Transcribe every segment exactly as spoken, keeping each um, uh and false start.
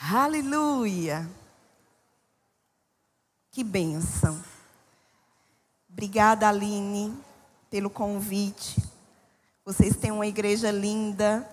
Aleluia! Que bênção! Obrigada, Aline, pelo convite. Vocês têm uma igreja linda,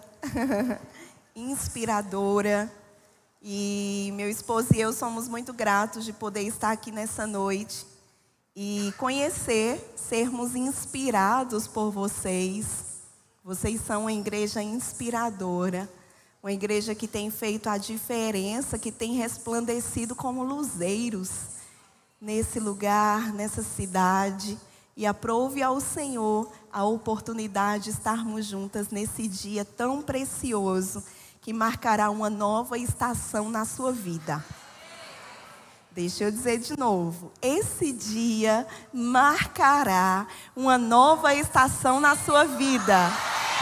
inspiradora. E meu esposo e eu somos muito gratos de poder estar aqui nessa noite e conhecer, sermos inspirados por vocês. Vocês são uma igreja inspiradora, uma igreja que tem feito a diferença, que tem resplandecido como luzeiros nesse lugar, nessa cidade. E aprove ao Senhor a oportunidade de estarmos juntas nesse dia tão precioso, que marcará uma nova estação na sua vida. Deixa eu dizer de novo, esse dia marcará uma nova estação na sua vida.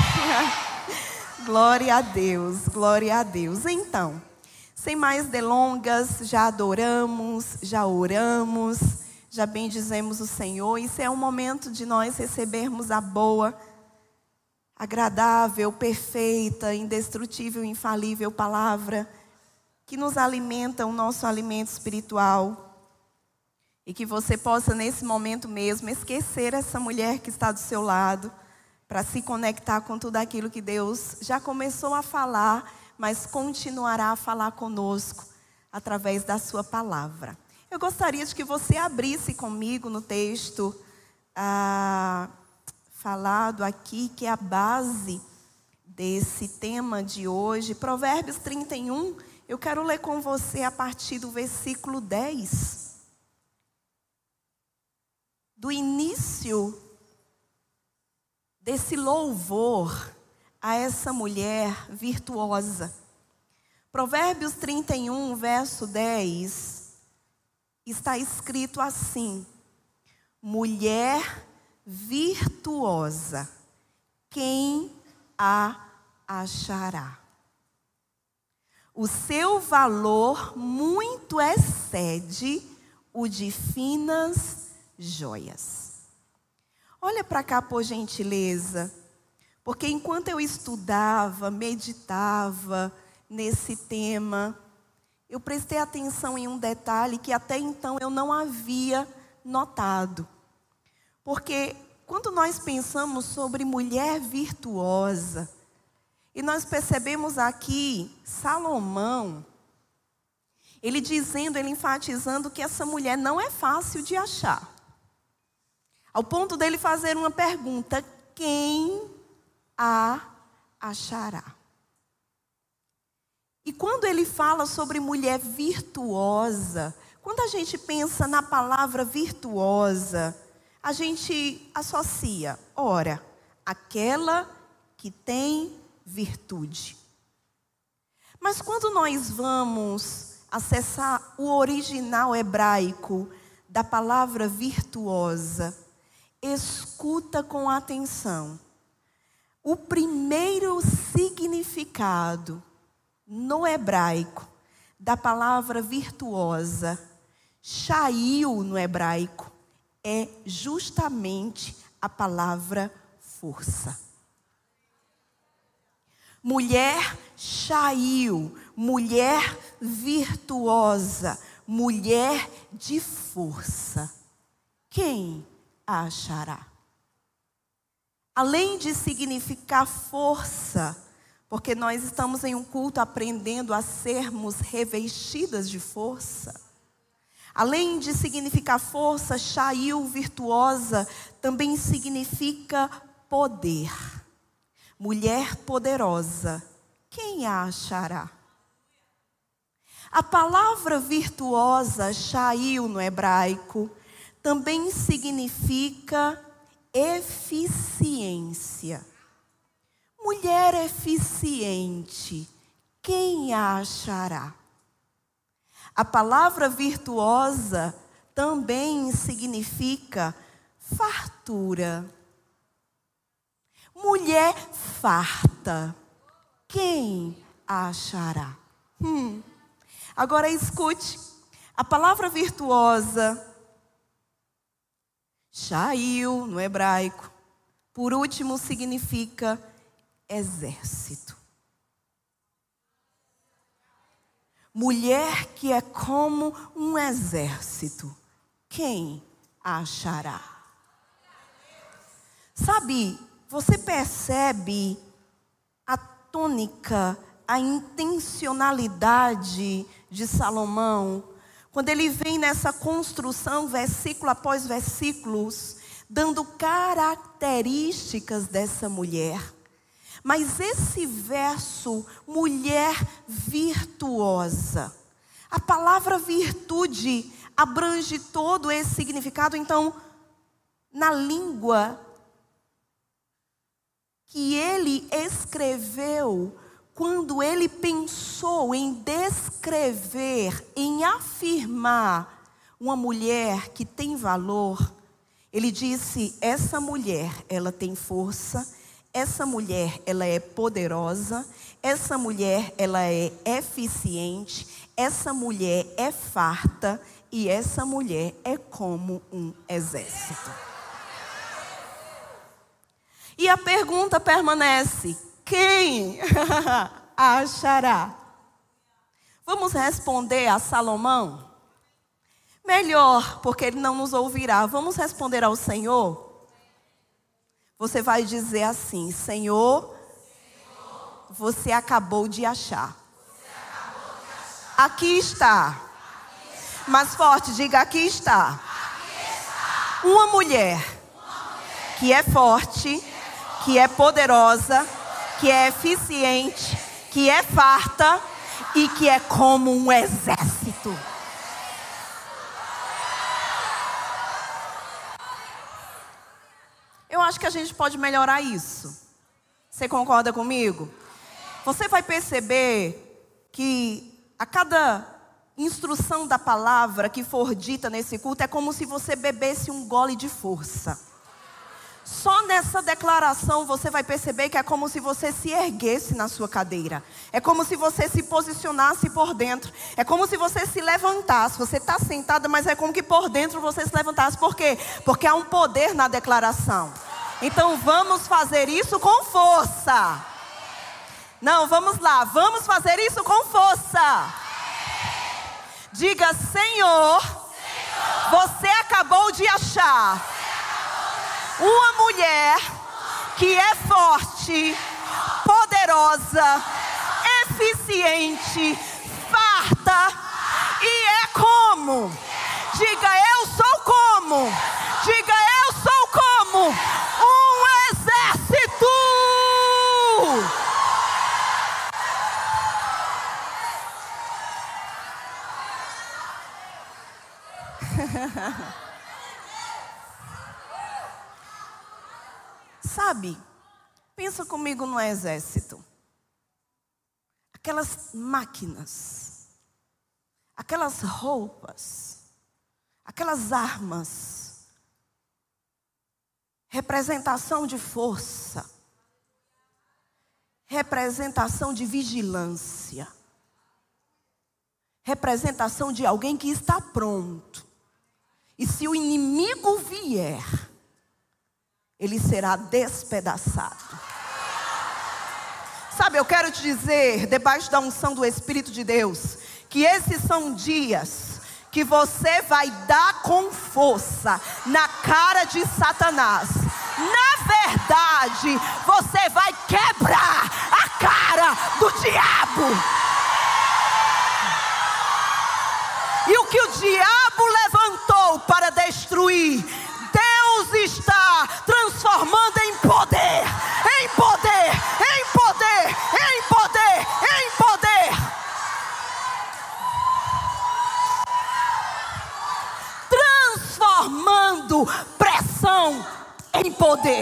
Glória a Deus, glória a Deus. Então, sem mais delongas, já adoramos, já oramos, já bendizemos o Senhor. Isso é um momento de nós recebermos a boa, agradável, perfeita, indestrutível, infalível palavra que nos alimenta o nosso alimento espiritual. E que você possa nesse momento mesmo esquecer essa mulher que está do seu lado para se conectar com tudo aquilo que Deus já começou a falar, mas continuará a falar conosco através da sua palavra. Eu gostaria de que você abrisse comigo no texto ah, falado aqui, que é a base desse tema de hoje, Provérbios trinta e um. Eu quero ler com você a partir do versículo dez. Do início desse louvor a essa mulher virtuosa. Provérbios trinta e um, verso dez, está escrito assim: mulher virtuosa, quem a achará? O seu valor muito excede o de finas joias. Olha para cá, por gentileza, porque enquanto eu estudava, meditava nesse tema, eu prestei atenção em um detalhe que até então eu não havia notado. Porque quando nós pensamos sobre mulher virtuosa, e nós percebemos aqui Salomão, ele dizendo, ele enfatizando que essa mulher não é fácil de achar. Ao ponto dele fazer uma pergunta: quem a achará? E quando ele fala sobre mulher virtuosa, quando a gente pensa na palavra virtuosa, a gente associa, ora, aquela que tem virtude. Mas quando nós vamos acessar o original hebraico da palavra virtuosa, escuta com atenção. O primeiro significado no hebraico da palavra virtuosa, shail no hebraico, é justamente a palavra força. Mulher shail, mulher virtuosa, mulher de força. Quem a achará? Além de significar força, porque nós estamos em um culto aprendendo a sermos revestidas de força. Além de significar força, shail, virtuosa, também significa poder. Mulher poderosa, quem a achará? A palavra virtuosa, shail no hebraico, também significa eficiência. Mulher eficiente, quem a achará? A palavra virtuosa também significa fartura. Mulher farta, quem a achará? Hum. Agora escute, a palavra virtuosa, shail no hebraico, por último significa exército. mulher que é como um exército, quem a achará? Sabe, você percebe a tônica, a intencionalidade de Salomão, quando ele vem nessa construção, versículo após versículos, dando características dessa mulher. Mas esse verso, mulher virtuosa, a palavra virtude abrange todo esse significado. Então, na língua que ele escreveu, quando ele pensou em descrever, em afirmar uma mulher que tem valor, ele disse: essa mulher, ela tem força, essa mulher, ela é poderosa, essa mulher, ela é eficiente, essa mulher é farta e essa mulher é como um exército. E a pergunta permanece: quem a achará? Vamos responder a Salomão? Melhor, porque ele não nos ouvirá. Vamos responder ao Senhor? Você vai dizer assim: Senhor, você acabou de achar. Aqui está. Mais forte, diga: aqui está. Uma mulher que é forte, que é poderosa, que é eficiente, que é farta e que é como um exército. Eu acho que a gente pode melhorar isso. Você concorda comigo? Você vai perceber que a cada instrução da palavra que for dita nesse culto é como se você bebesse um gole de força. Só nessa declaração você vai perceber que é como se você se erguesse na sua cadeira. É como se você se posicionasse por dentro. É como se você se levantasse. Você está sentada, mas é como que por dentro você se levantasse. Por quê? Porque há um poder na declaração. Então vamos fazer isso com força. Não, vamos lá. Vamos fazer isso com força. Diga: Senhor, você acabou de achar uma mulher que é forte, poderosa, eficiente, farta e é como. Diga: eu sou como. Diga: eu sou como um exército. Sabe, pensa comigo no exército. Aquelas máquinas, aquelas roupas, aquelas armas, representação de força, representação de vigilância, representação de alguém que está pronto. E se o inimigo vier, ele será despedaçado. Sabe, eu quero te dizer, debaixo da unção do Espírito de Deus, que esses são dias que você vai dar com força na cara de Satanás. Na verdade, você vai quebrar a cara do diabo. E o que o diabo levantou para destruir, Deus está transformando em poder, em poder, em poder, em poder, em poder. Transformando pressão em poder.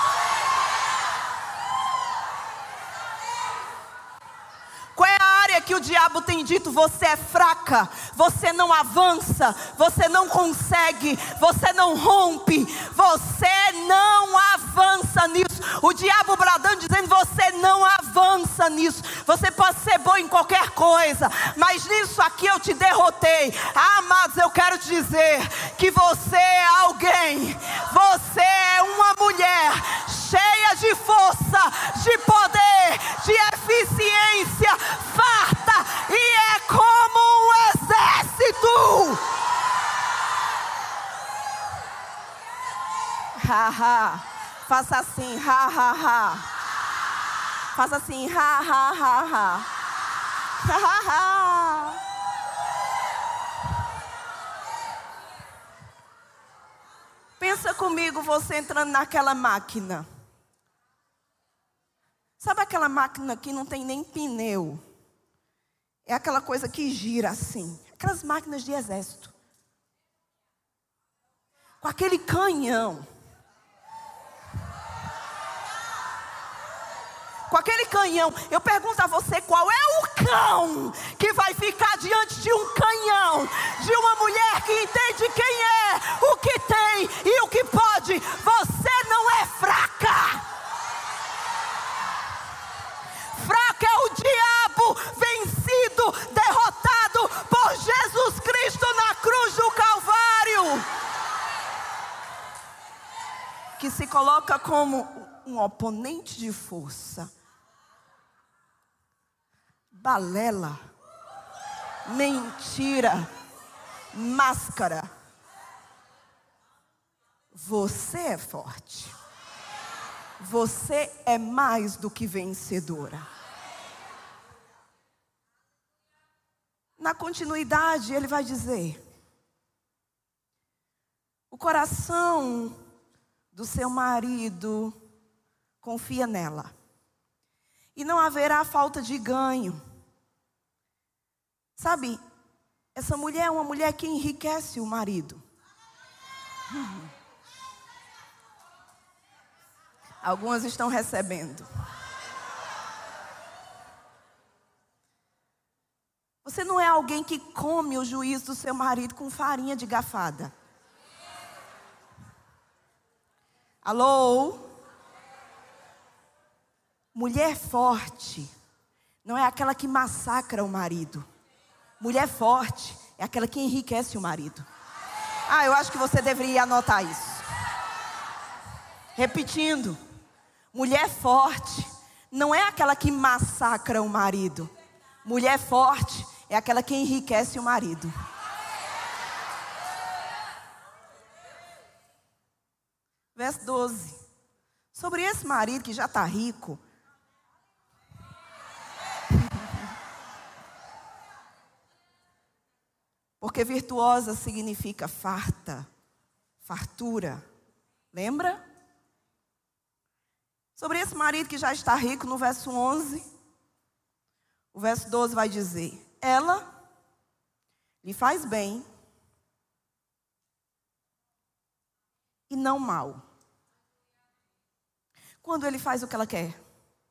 Qual é a área que o diabo tem dito: você é fraca, você não avança, você não consegue, você não rompe, você não avança nisso? O diabo bradando, dizendo: você não avança nisso. Você pode ser bom em qualquer coisa, mas nisso aqui eu te derrotei. Ah, amados, eu quero te dizer que você é alguém, você é uma mulher cheia de força, de poder, de eficiência, farta e é com ha, ha. Faça assim, ha, ha, ha. Faça assim, ha, ha, ha, ha. Ha, ha, ha. Pensa comigo, você entrando naquela máquina. Sabe aquela máquina que não tem nem pneu? É aquela coisa que gira assim. Aquelas máquinas de exército. Com aquele canhão. Com aquele canhão. Eu pergunto a você, qual é o cão que vai ficar diante de um canhão? De uma mulher que entende quem é, o que tem e o que pode. Você não é fraca. Fraca é o diabo vencido, derrotado por Jesus Cristo na cruz do Calvário. Que se coloca como um oponente de força. Balela, mentira, máscara. Você é forte. Você é mais do que vencedora. Na continuidade, ele vai dizer: o coração do seu marido confia nela, e não haverá falta de ganho. Sabe, essa mulher é uma mulher que enriquece o marido. Hum. Algumas estão recebendo. Você não é alguém que come o juízo do seu marido com farinha de gafada. Alô? Mulher forte não é aquela que massacra o marido. Mulher forte é aquela que enriquece o marido. Ah, eu acho que você deveria anotar isso. Repetindo. Mulher forte não é aquela que massacra o marido. Mulher forte é aquela que enriquece o marido. Verso doze. Sobre esse marido que já está rico. Porque virtuosa significa farta, fartura. Lembra? Sobre esse marido que já está rico, no verso onze, o verso doze vai dizer: ela lhe faz bem e não mal. Quando ele faz o que ela quer?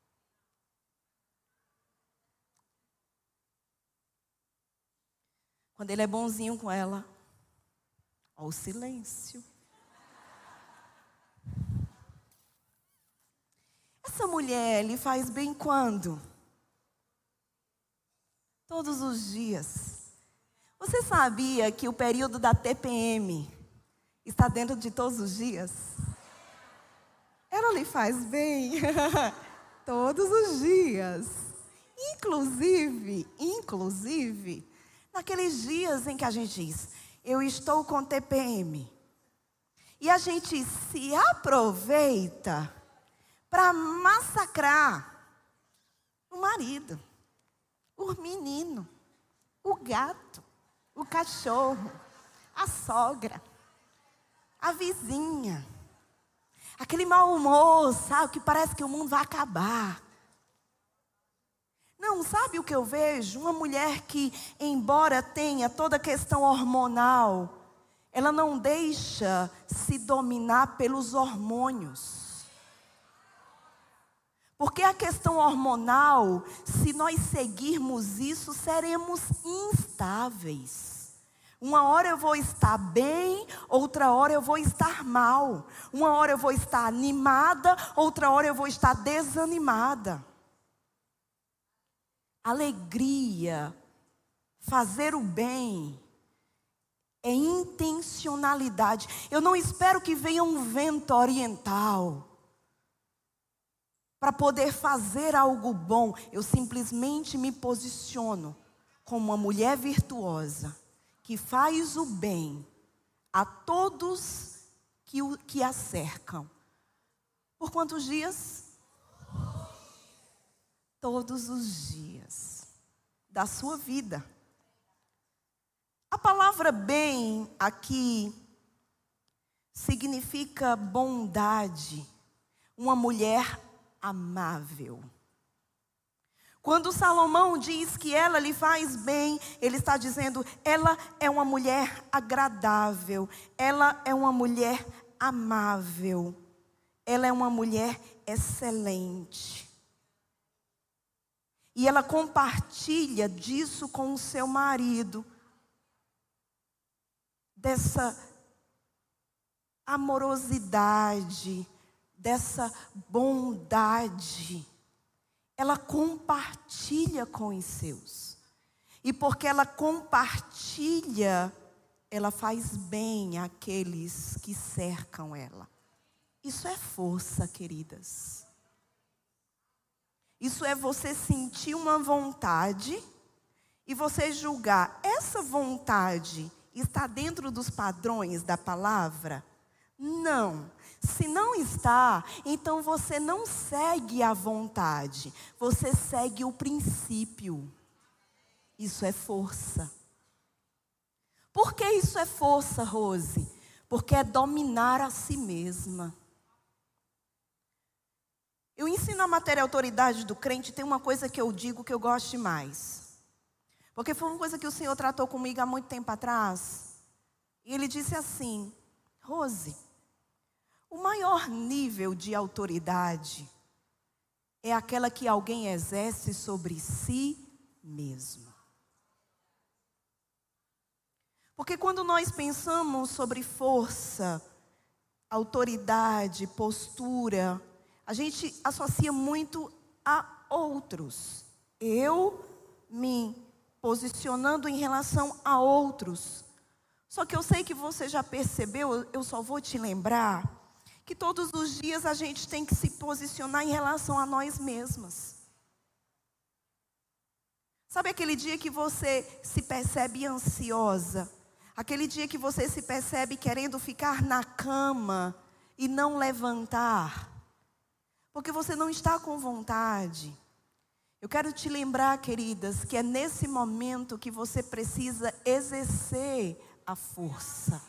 Quando ele é bonzinho com ela. Olha o silêncio. Essa mulher lhe faz bem quando? Todos os dias. Você sabia que o período da T P M está dentro de todos os dias? Ela lhe faz bem todos os dias. Inclusive, inclusive, naqueles dias em que a gente diz, eu estou com T P M. E a gente se aproveita para massacrar o marido, o menino, o gato, o cachorro, a sogra, a vizinha. Aquele mau humor, sabe, que parece que o mundo vai acabar. Não, sabe o que eu vejo? Uma mulher que, embora tenha toda a questão hormonal, ela não deixa se dominar pelos hormônios. Porque a questão hormonal, se nós seguirmos isso, seremos instáveis. Uma hora eu vou estar bem, outra hora eu vou estar mal. Uma hora eu vou estar animada, outra hora eu vou estar desanimada. Alegria, fazer o bem, é intencionalidade. Eu não espero que venha um vento oriental para poder fazer algo bom. Eu simplesmente me posiciono como uma mulher virtuosa que faz o bem a todos que, o, que a cercam. Por quantos dias? Todos os dias da sua vida. A palavra bem aqui significa bondade, uma mulher amável. Quando Salomão diz que ela lhe faz bem, ele está dizendo, ela é uma mulher agradável, ela é uma mulher amável, ela é uma mulher excelente. E ela compartilha disso com o seu marido, dessa amorosidade, dessa bondade. Ela compartilha com os seus. E porque ela compartilha, ela faz bem àqueles que cercam ela. Isso é força, queridas. Isso é você sentir uma vontade e você julgar, essa vontade está dentro dos padrões da palavra? Não. Se não está, então você não segue a vontade, você segue o princípio. Isso é força. Por que isso é força, Rose? Porque é dominar a si mesma. Eu ensino a matéria autoridade do crente, tem uma coisa que eu digo que eu gosto demais. Porque foi uma coisa que o Senhor tratou comigo há muito tempo atrás. E Ele disse assim, Rose, o maior nível de autoridade é aquela que alguém exerce sobre si mesmo. Porque quando nós pensamos sobre força, autoridade, postura, a gente associa muito a outros. Eu me posicionando em relação a outros. Só que eu sei que você já percebeu, eu só vou te lembrar, que todos os dias a gente tem que se posicionar em relação a nós mesmas. Sabe aquele dia que você se percebe ansiosa? Aquele dia que você se percebe querendo ficar na cama e não levantar? Porque você não está com vontade. Eu quero te lembrar, queridas, que é nesse momento que você precisa exercer a força.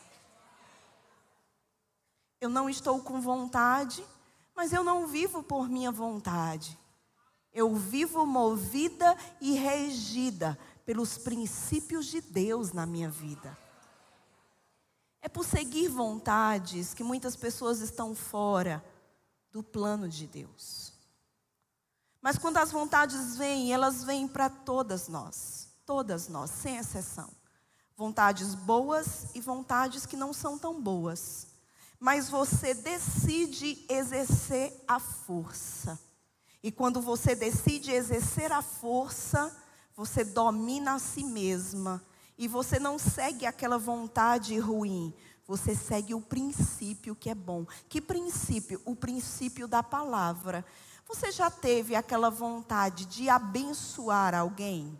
Eu não estou com vontade, mas eu não vivo por minha vontade. Eu vivo movida e regida pelos princípios de Deus na minha vida. É por seguir vontades que muitas pessoas estão fora do plano de Deus. Mas quando as vontades vêm, elas vêm para todas nós. Todas nós, sem exceção. Vontades boas e vontades que não são tão boas. Mas você decide exercer a força. E quando você decide exercer a força, você domina a si mesma. E você não segue aquela vontade ruim. Você segue o princípio que é bom. Que princípio? O princípio da palavra. Você já teve aquela vontade de abençoar alguém?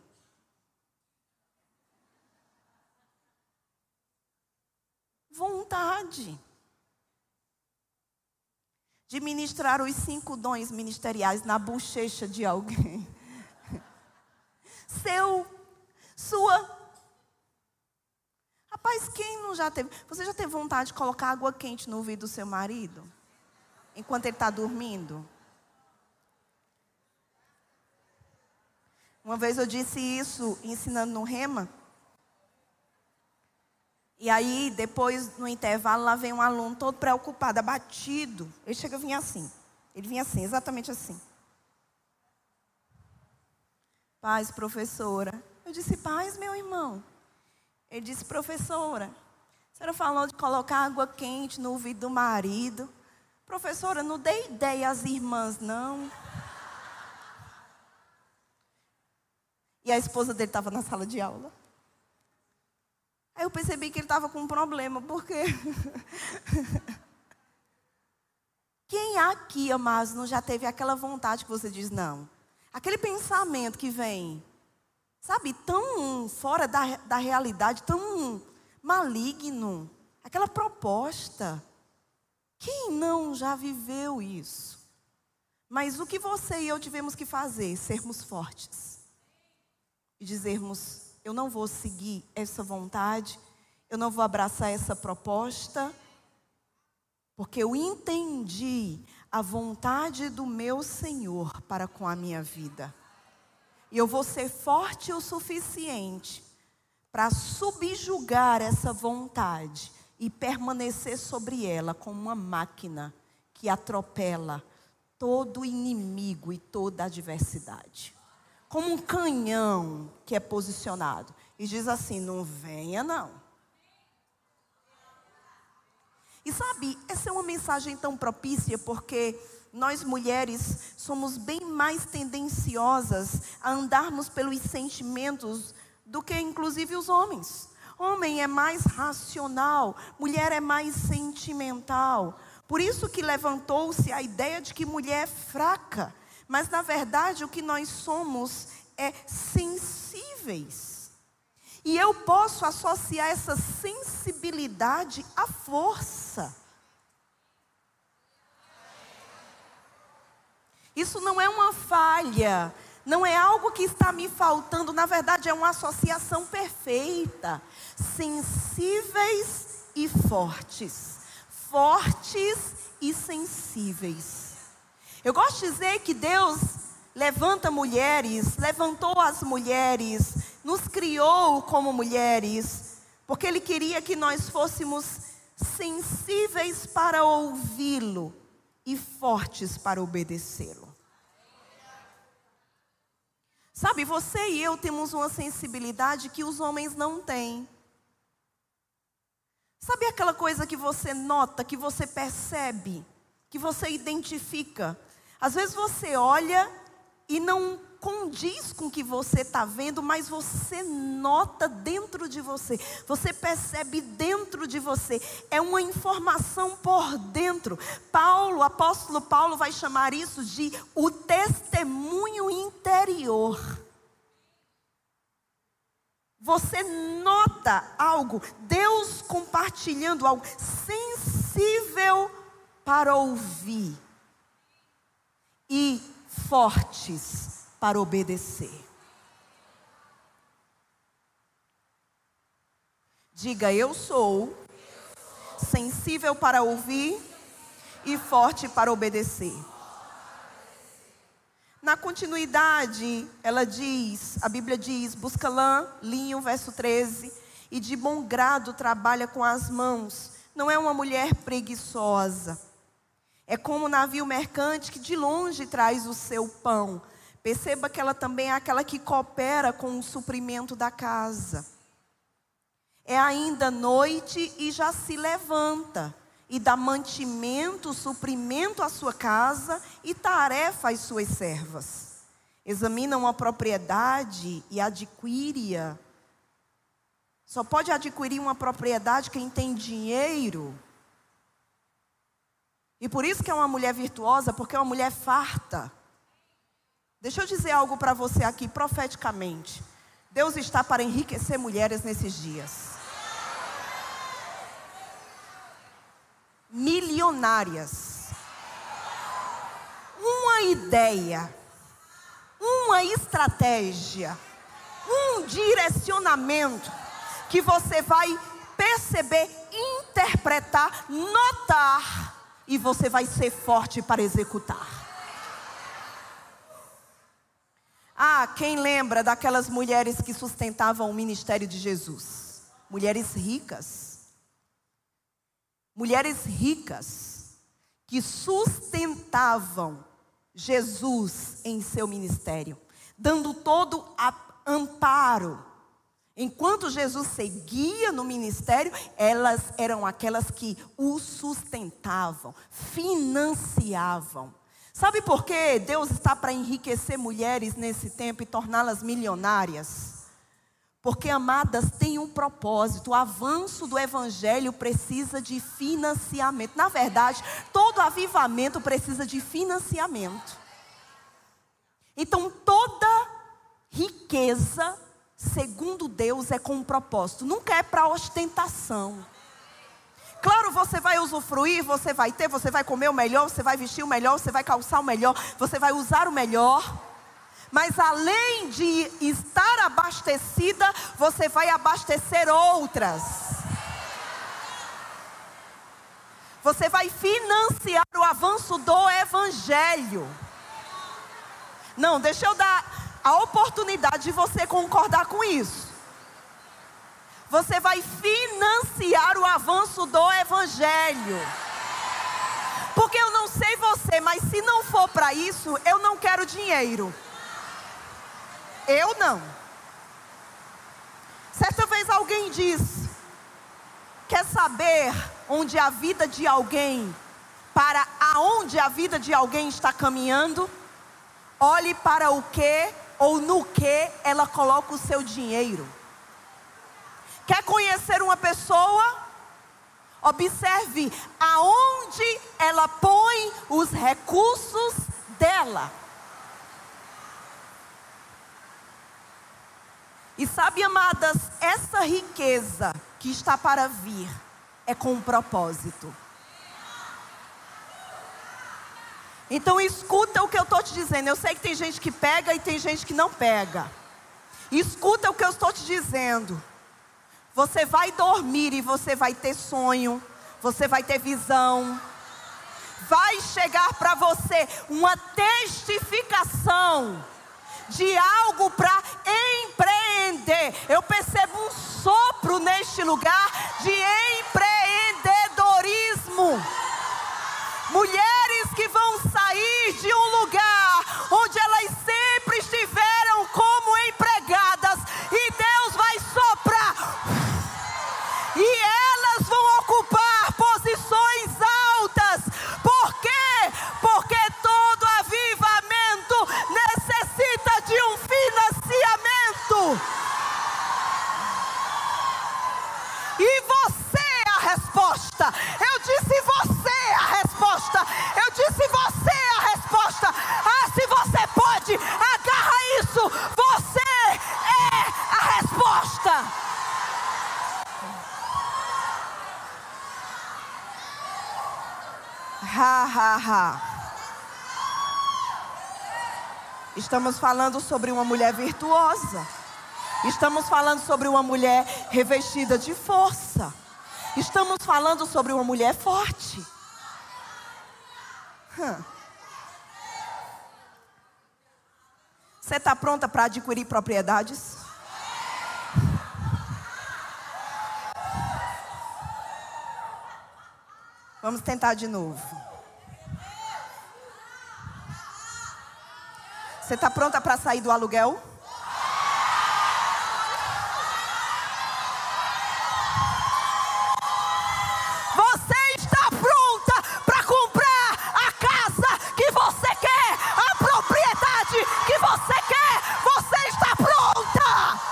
Vontade. De ministrar os cinco dons ministeriais na bochecha de alguém. Seu, sua. Rapaz, quem não já teve? Você já teve vontade de colocar água quente no ouvido do seu marido? Enquanto ele está dormindo? Uma vez eu disse isso ensinando no Rema. E aí, depois, no intervalo, lá vem um aluno todo preocupado, abatido. Ele chega a vir assim. Ele vinha assim, exatamente assim. Paz, professora. Eu disse, paz, meu irmão. Ele disse, professora, a senhora falou de colocar água quente no ouvido do marido. Professora, não dê ideia às irmãs, não. E a esposa dele estava na sala de aula. Aí eu percebi que ele estava com um problema, porque... Quem aqui, amados, não já teve aquela vontade que você diz, não? Aquele pensamento que vem, sabe, tão fora da, da realidade, tão maligno. Aquela proposta. Quem não já viveu isso? Mas o que você e eu tivemos que fazer? Sermos fortes. E dizermos, eu não vou seguir essa vontade, eu não vou abraçar essa proposta, porque eu entendi a vontade do meu Senhor para com a minha vida. E eu vou ser forte o suficiente para subjugar essa vontade e permanecer sobre ela como uma máquina que atropela todo inimigo e toda adversidade. Como um canhão que é posicionado. E diz assim, não venha não. E sabe, essa é uma mensagem tão propícia porque nós mulheres somos bem mais tendenciosas a andarmos pelos sentimentos do que inclusive os homens. Homem é mais racional, mulher é mais sentimental. Por isso que levantou-se a ideia de que mulher é fraca. Mas na verdade o que nós somos é sensíveis. E eu posso associar essa sensibilidade à força. Isso não é uma falha, não é algo que está me faltando, na verdade é uma associação perfeita. Sensíveis e fortes, fortes e sensíveis. Eu gosto de dizer que Deus levanta mulheres, levantou as mulheres, nos criou como mulheres, porque Ele queria que nós fôssemos sensíveis para ouvi-lo e fortes para obedecê-lo. Sabe, você e eu temos uma sensibilidade que os homens não têm. Sabe aquela coisa que você nota, que você percebe, que você identifica? Às vezes você olha e não condiz com o que você está vendo, mas você nota dentro de você. Você percebe dentro de você. É uma informação por dentro. Paulo, o apóstolo Paulo vai chamar isso de o testemunho interior. Você nota algo, Deus compartilhando algo sensível para ouvir e fortes para obedecer. Diga, eu sou sensível para ouvir e forte para obedecer. Na continuidade, ela diz, a Bíblia diz, busca lã, linho, verso treze, e de bom grado trabalha com as mãos. Não é uma mulher preguiçosa. É como um navio mercante que de longe traz o seu pão. Perceba que ela também é aquela que coopera com o suprimento da casa. É ainda noite e já se levanta. E dá mantimento, suprimento à sua casa e tarefa às suas servas. Examina uma propriedade e adquire-a. Só pode adquirir uma propriedade quem tem dinheiro. E por isso que é uma mulher virtuosa, porque é uma mulher farta. Deixa eu dizer algo para você aqui, profeticamente. Deus está para enriquecer mulheres nesses dias. Milionárias. Uma ideia, uma estratégia, um direcionamento que você vai perceber, interpretar, notar e você vai ser forte para executar. Ah, quem lembra daquelas mulheres que sustentavam o ministério de Jesus? Mulheres ricas. Mulheres ricas que sustentavam Jesus em seu ministério, dando todo a amparo. Enquanto Jesus seguia no ministério, elas eram aquelas que o sustentavam, financiavam. Sabe por quê? Deus está para enriquecer mulheres nesse tempo e torná-las milionárias. Porque, amadas, tem um propósito. O avanço do evangelho precisa de financiamento. Na verdade, todo avivamento precisa de financiamento. Então, toda riqueza, segundo Deus, é com um propósito. Nunca é para ostentação. Claro, você vai usufruir, você vai ter, você vai comer o melhor, você vai vestir o melhor, você vai calçar o melhor, você vai usar o melhor. Mas além de estar abastecida, você vai abastecer outras. Você vai financiar o avanço do evangelho. Não, deixa eu dar a oportunidade de você concordar com isso. Você vai financiar o avanço do evangelho. Porque eu não sei você, mas se não for para isso, eu não quero dinheiro. Eu não. Certa vez alguém disse: quer saber onde a vida de alguém, para aonde a vida de alguém está caminhando? Olhe para o que ou no que ela coloca o seu dinheiro. Quer conhecer uma pessoa? Observe aonde ela põe os recursos dela. E sabe, amadas, essa riqueza que está para vir é com um propósito. Então escuta o que eu estou te dizendo. Eu sei que tem gente que pega e tem gente que não pega. Escuta o que eu estou te dizendo. Você vai dormir e você vai ter sonho. Você vai ter visão. Vai chegar para você uma testificação de algo para empreender. Eu percebo um sopro neste lugar de empreendedorismo. Mulheres que vão sair de um lugar onde elas sempre estiveram como empregadas, e Deus vai soprar, e elas vão ocupar posições altas. Por quê? Porque todo avivamento necessita de um financiamento. E você é a resposta. Eu disse você é a resposta. Eu disse você é a resposta. Ah, se você pode, agarra isso. Você é a resposta. Ha, ha, ha. Estamos falando sobre uma mulher virtuosa. Estamos falando sobre uma mulher revestida de força. Estamos falando sobre uma mulher forte. Hum. Você está pronta para adquirir propriedades? Vamos tentar de novo. Você está pronta para sair do aluguel? Você está pronta para comprar a casa que você quer, a propriedade que você quer? Você está pronta?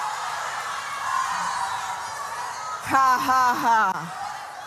Ha, ha, ha.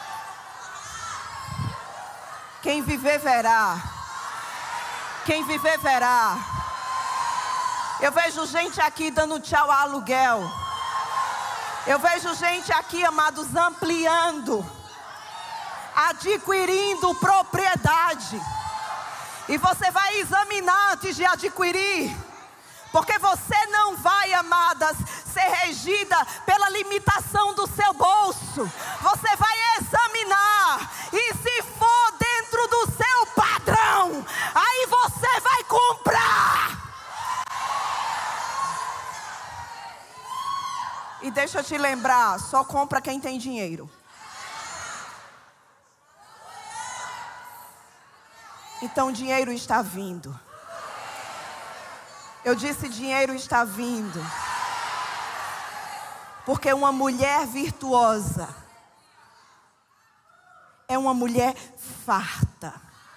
Quem viver verá. Quem viver verá. Eu vejo gente aqui dando tchau a aluguel. Eu vejo gente aqui, amados, ampliando, adquirindo propriedade. E você vai examinar antes de adquirir. Porque você não vai, amadas, ser regida pela limitação do seu bolso. Você vai examinar. E se for dentro do seu padrão, aí você vai comprar. E deixa eu te lembrar, só compra quem tem dinheiro. Então dinheiro está vindo. Eu disse dinheiro está vindo. Porque uma mulher virtuosa é uma mulher farta.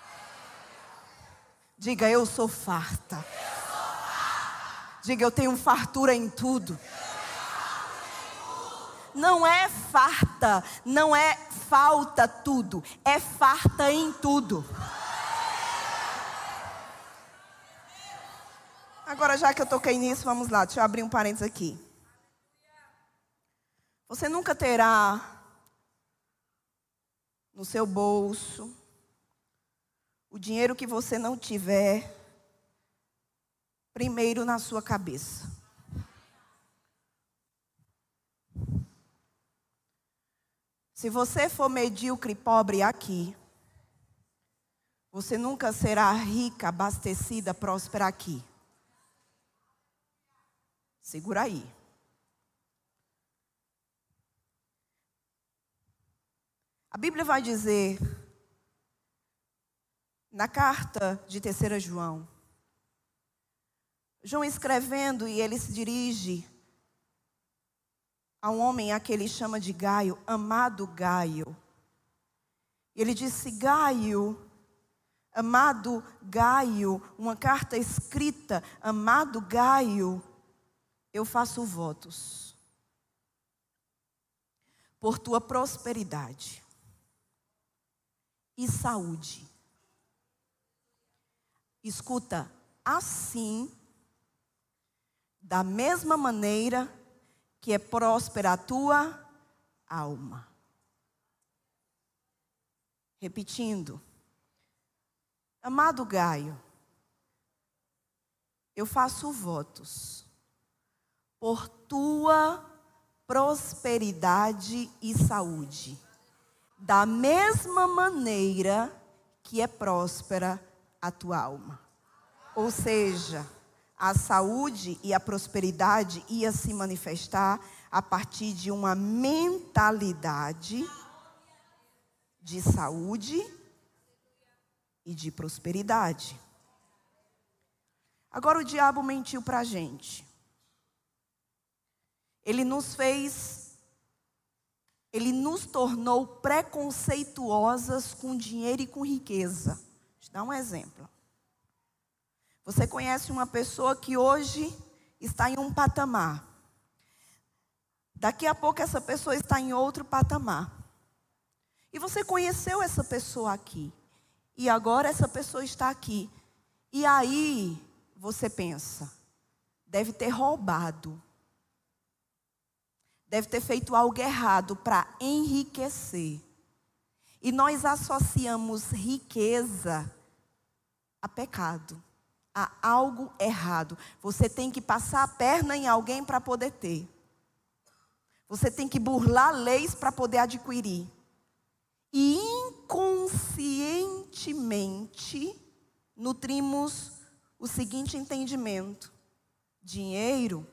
Diga, eu sou farta. Diga, eu tenho fartura em tudo. Não é farta, não é falta tudo, é farta em tudo. Agora, já que eu toquei nisso, vamos lá, deixa eu abrir um parênteses aqui. Você nunca terá no seu bolso, o dinheiro que você não tiver, primeiro na sua cabeça. Se você for medíocre e pobre aqui, você nunca será rica, abastecida, próspera aqui. Segura aí. A Bíblia vai dizer, na carta de terceira João, João escrevendo, e ele se dirige a um homem a que ele chama de Gaio, amado Gaio. Ele disse: Gaio, amado Gaio, uma carta escrita, amado Gaio, eu faço votos por tua prosperidade e saúde. Escuta, assim, da mesma maneira que é próspera a tua alma. Repetindo, amado Gaio, eu faço votos por tua prosperidade e saúde, da mesma maneira que é próspera a tua alma. Ou seja, a saúde e a prosperidade ia se manifestar a partir de uma mentalidade de saúde e de prosperidade. Agora o diabo mentiu para a gente. Ele nos fez, ele nos tornou preconceituosas com dinheiro e com riqueza. Vou te dar um exemplo. Você conhece uma pessoa que hoje está em um patamar. Daqui a pouco essa pessoa está em outro patamar. E você conheceu essa pessoa aqui. E agora essa pessoa está aqui. E aí você pensa, deve ter roubado. Deve ter feito algo errado para enriquecer. E nós associamos riqueza a pecado. Há algo errado. Você tem que passar a perna em alguém para poder ter. Você tem que burlar leis para poder adquirir. E inconscientemente nutrimos o seguinte entendimento: dinheiro,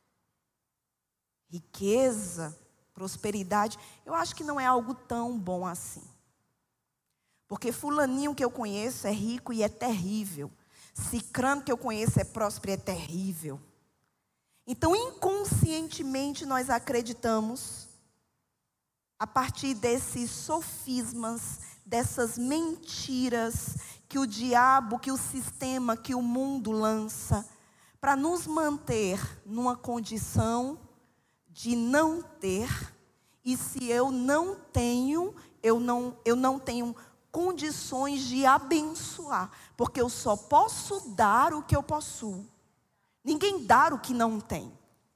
riqueza, prosperidade, eu acho que não é algo tão bom assim. Porque fulaninho que eu conheço é rico e é terrível. Cicrano que eu conheço é próspero e é terrível. Então, inconscientemente, nós acreditamos, a partir desses sofismas, dessas mentiras que o diabo, que o sistema, que o mundo lança, para nos manter numa condição de não ter. E se eu não tenho, eu não, eu não tenho condições de abençoar, porque eu só posso dar o que eu possuo. Ninguém dá o que não tem.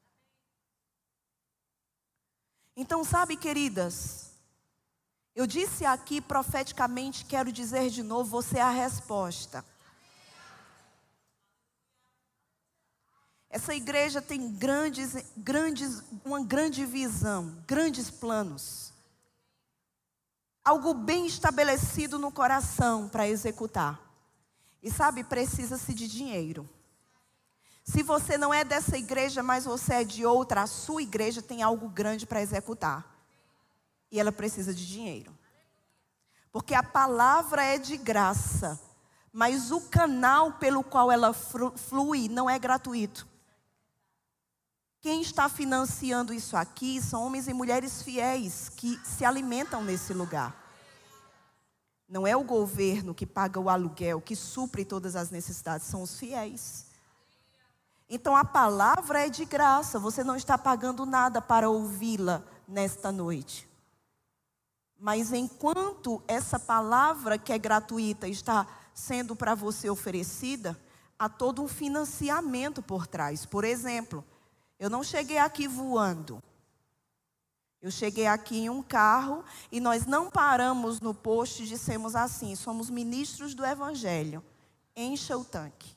Então, sabe, queridas, eu disse aqui profeticamente, quero dizer de novo, você é a resposta. Essa igreja tem grandes, grandes, uma grande visão, grandes planos. Algo bem estabelecido no coração para executar. E sabe, precisa-se de dinheiro. Se você não é dessa igreja, mas você é de outra, a sua igreja tem algo grande para executar. E ela precisa de dinheiro. Porque a palavra é de graça, mas o canal pelo qual ela flui não é gratuito. Quem está financiando isso aqui são homens e mulheres fiéis que se alimentam nesse lugar. Não é o governo que paga o aluguel, que supre todas as necessidades, são os fiéis. Então a palavra é de graça, você não está pagando nada para ouvi-la nesta noite. Mas enquanto essa palavra que é gratuita está sendo para você oferecida, há todo um financiamento por trás. Por exemplo, eu não cheguei aqui voando. Eu cheguei aqui em um carro e nós não paramos no posto e dissemos assim: somos ministros do Evangelho, encha o tanque.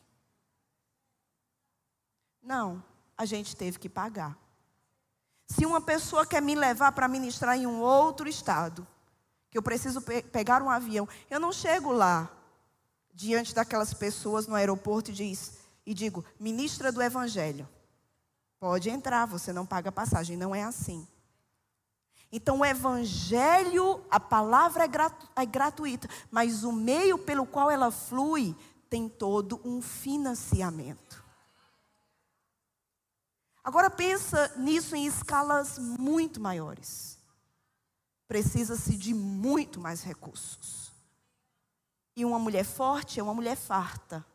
Não, a gente teve que pagar. Se uma pessoa quer me levar para ministrar em um outro estado, que eu preciso pe- pegar um avião, eu não chego lá diante daquelas pessoas no aeroporto e, diz, e digo: ministra do Evangelho, pode entrar, você não paga passagem. Não é assim. Então o Evangelho, a palavra é, gratu- é gratuita, mas o meio pelo qual ela flui tem todo um financiamento. Agora pensa nisso em escalas muito maiores. Precisa-se de muito mais recursos. E uma mulher forte é uma mulher farta.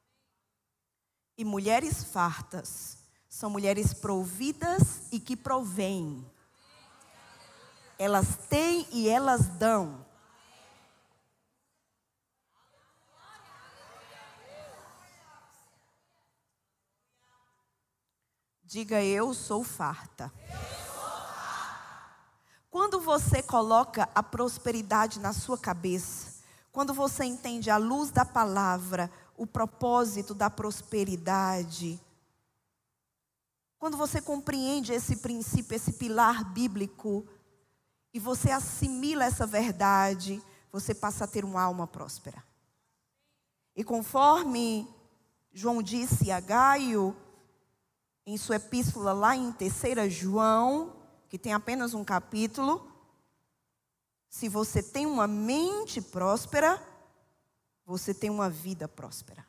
E mulheres fartas são mulheres providas e que provêm. Elas têm e elas dão. Diga: eu sou farta. Quando você coloca a prosperidade na sua cabeça, quando você entende à luz da palavra o propósito da prosperidade, quando você compreende esse princípio, esse pilar bíblico, e você assimila essa verdade, você passa a ter uma alma próspera. E conforme João disse a Gaio, em sua epístola lá em terceira João, que tem apenas um capítulo: se você tem uma mente próspera, você tem uma vida próspera.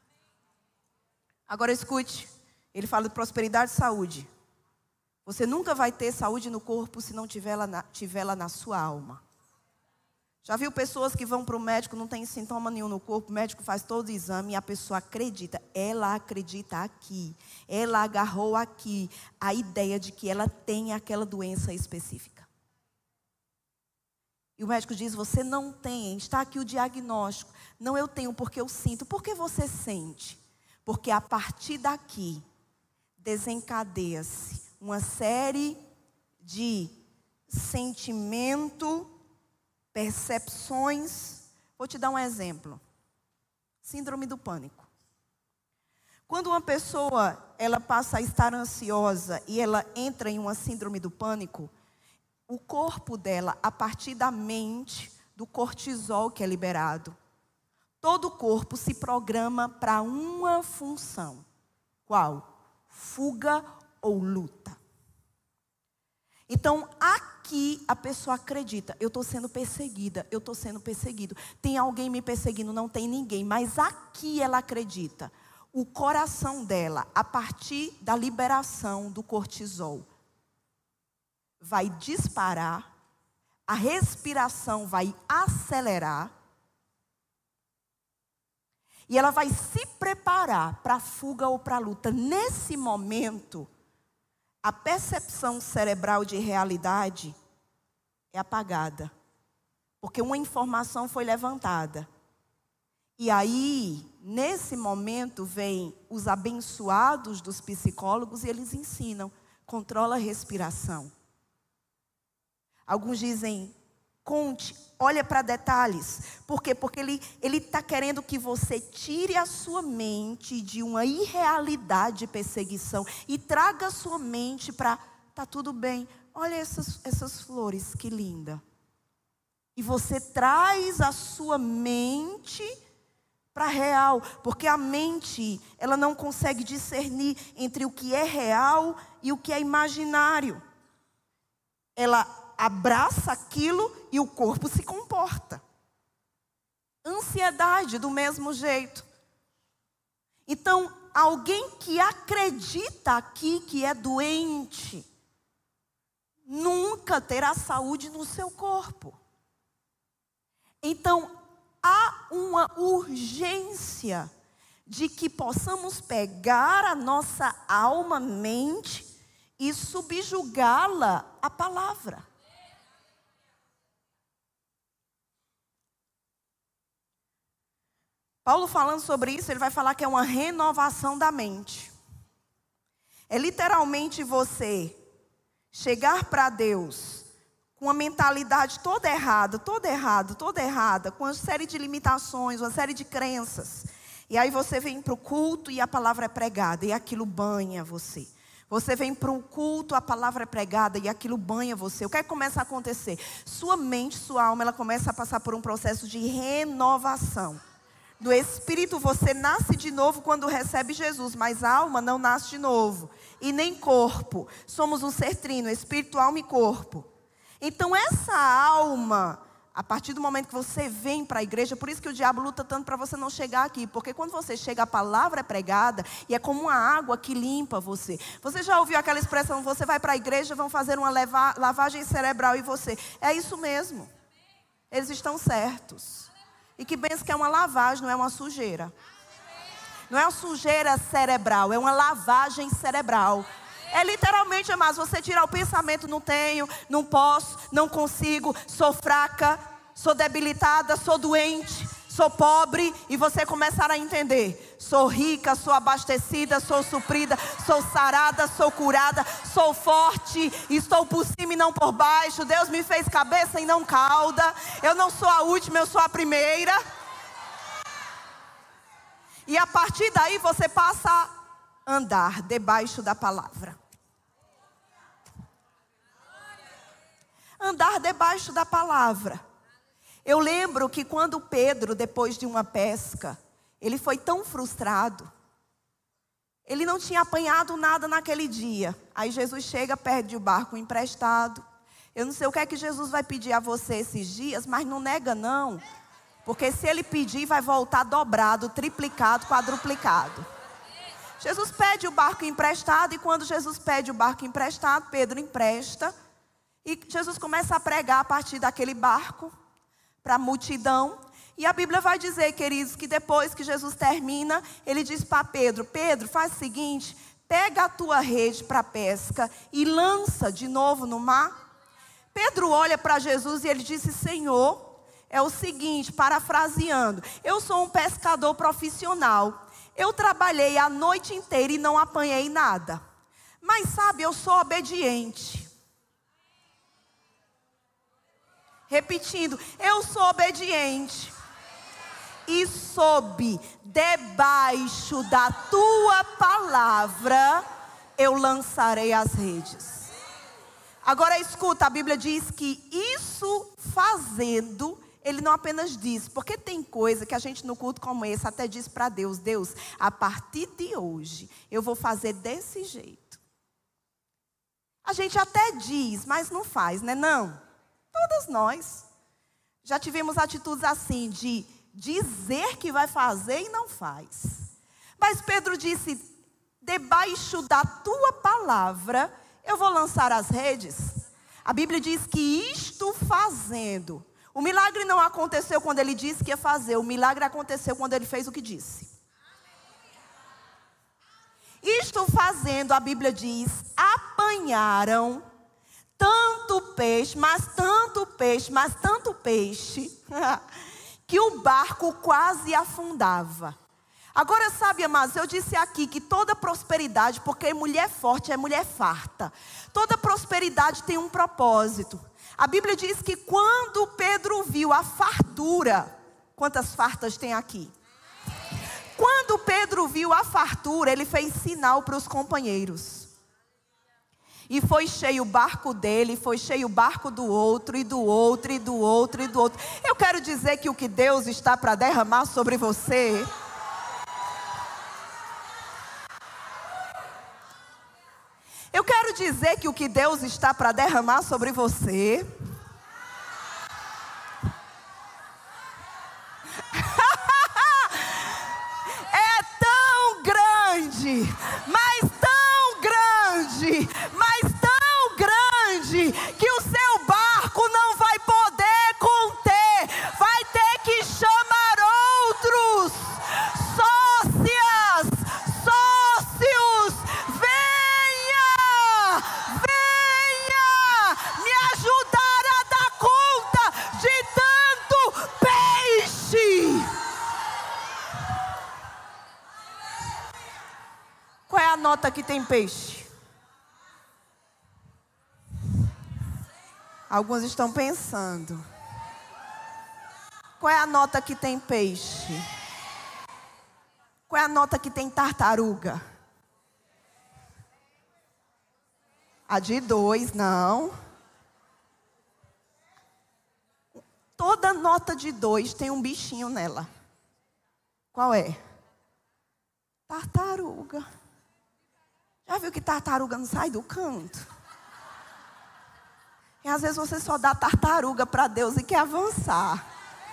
Agora escute, ele fala de prosperidade e saúde. Você nunca vai ter saúde no corpo se não tiver ela na, tiver ela na sua alma. Já viu pessoas que vão para o médico, não tem sintoma nenhum no corpo, o médico faz todo o exame e a pessoa acredita. Ela acredita aqui. Ela agarrou aqui a ideia de que ela tem aquela doença específica. E o médico diz: você não tem, está aqui o diagnóstico. Não, eu tenho porque eu sinto. Por que você sente? Porque a partir daqui desencadeia-se uma série de sentimento, percepções. Vou te dar um exemplo. Síndrome do pânico. Quando uma pessoa ela passa a estar ansiosa e ela entra em uma síndrome do pânico, o corpo dela, a partir da mente, do cortisol que é liberado, todo o corpo se programa para uma função. Qual? Fuga ou luta. Então, aqui a pessoa acredita: eu estou sendo perseguida, eu estou sendo perseguido. Tem alguém me perseguindo? Não tem ninguém. Mas aqui ela acredita. O coração dela, a partir da liberação do cortisol, vai disparar, a respiração vai acelerar, e ela vai se preparar para a fuga ou para a luta. Nesse momento, a percepção cerebral de realidade é apagada. Porque uma informação foi levantada. E aí, nesse momento, vem os abençoados dos psicólogos e eles ensinam: controla a respiração. Alguns dizem: conte, olha para detalhes. Por quê? Porque ele ele está querendo que você tire a sua mente de uma irrealidade de perseguição e traga a sua mente para: tá tudo bem, olha essas, essas flores, que linda. E você traz a sua mente para real, porque a mente ela não consegue discernir entre o que é real e o que é imaginário. Ela abraça aquilo e o corpo se comporta. Ansiedade do mesmo jeito. Então, alguém que acredita aqui que é doente, nunca terá saúde no seu corpo. Então, há uma urgência de que possamos pegar a nossa alma, mente e subjugá-la à palavra. Paulo falando sobre isso, ele vai falar que é uma renovação da mente. É literalmente você chegar para Deus com uma mentalidade toda errada, toda errada, toda errada, com uma série de limitações, uma série de crenças. E aí você vem para o culto e a palavra é pregada e aquilo banha você. Você vem para um culto, a palavra é pregada e aquilo banha você. O que é que começa a acontecer? Sua mente, sua alma, ela começa a passar por um processo de renovação. Do Espírito você nasce de novo quando recebe Jesus, mas a alma não nasce de novo. E nem corpo. Somos um ser trino, Espírito, alma e corpo. Então essa alma, a partir do momento que você vem para a igreja, por isso que o diabo luta tanto para você não chegar aqui. Porque quando você chega, a palavra é pregada e é como uma água que limpa você. Você já ouviu aquela expressão, você vai para a igreja, vão fazer uma leva, lavagem cerebral em você. É isso mesmo. Eles estão certos. E que benção que é uma lavagem, não é uma sujeira. Não é uma sujeira cerebral, é uma lavagem cerebral. É literalmente, amados, você tirar o pensamento, não tenho, não posso, não consigo, sou fraca, sou debilitada, sou doente, sou pobre. E você começar a entender, sou rica, sou abastecida, sou suprida, sou sarada, sou curada, sou forte, estou por cima e não por baixo. Deus me fez cabeça e não cauda. Eu não sou a última, eu sou a primeira. E a partir daí você passa a andar debaixo da palavra. Andar debaixo da palavra. Eu lembro que quando Pedro, depois de uma pesca, ele foi tão frustrado. Ele não tinha apanhado nada naquele dia. Aí Jesus chega, pede o barco emprestado. Eu não sei o que é que Jesus vai pedir a você esses dias, mas não nega não. Porque se ele pedir, vai voltar dobrado, triplicado, quadruplicado. Jesus pede o barco emprestado, e quando Jesus pede o barco emprestado, Pedro empresta. E Jesus começa a pregar a partir daquele barco para a multidão. E a Bíblia vai dizer, queridos, que depois que Jesus termina, ele diz para Pedro, Pedro, faz o seguinte, pega a tua rede para a pesca e lança de novo no mar. Pedro olha para Jesus e ele disse, Senhor, é o seguinte, parafraseando, eu sou um pescador profissional. Eu trabalhei a noite inteira e não apanhei nada. Mas sabe, eu sou obediente. Repetindo, eu sou obediente. E sob, debaixo da tua palavra, eu lançarei as redes. Agora escuta, a Bíblia diz que isso fazendo, ele não apenas diz, porque tem coisa que a gente no culto como esse até diz para Deus, Deus, a partir de hoje, eu vou fazer desse jeito. A gente até diz, mas não faz, né? Não. Todas nós já tivemos atitudes assim, de dizer que vai fazer e não faz. Mas Pedro disse, debaixo da tua palavra, eu vou lançar as redes. A Bíblia diz que isto fazendo, o milagre não aconteceu quando ele disse que ia fazer, o milagre aconteceu quando ele fez o que disse. Isto fazendo, a Bíblia diz, apanharam tanto peixe, mas tanto peixe, mas tanto peixe, que o barco quase afundava. Agora sabe, amados, eu disse aqui que toda prosperidade, porque mulher forte é mulher farta. Toda prosperidade tem um propósito. A Bíblia diz que quando Pedro viu a fartura, quantas fartas tem aqui? Quando Pedro viu a fartura, ele fez sinal para os companheiros. E foi cheio o barco dele, foi cheio o barco do outro, e do outro, e do outro, e do outro. Eu quero dizer que o que Deus está para derramar sobre você... Eu quero dizer que o que Deus está para derramar sobre você... é tão grande, mas tão grande, mas tão grande, que o seu barco não vai poder conter, vai ter que chamar outros, sócias, sócios, venha, venha me ajudar a dar conta de tanto peixe. Qual é a nota que tem peixe? Alguns estão pensando. Qual é a nota que tem peixe? Qual é a nota que tem tartaruga? A de dois, não. Toda nota de dois tem um bichinho nela. Qual é? Tartaruga. Já viu que tartaruga não sai do canto? E às vezes você só dá tartaruga para Deus e quer avançar.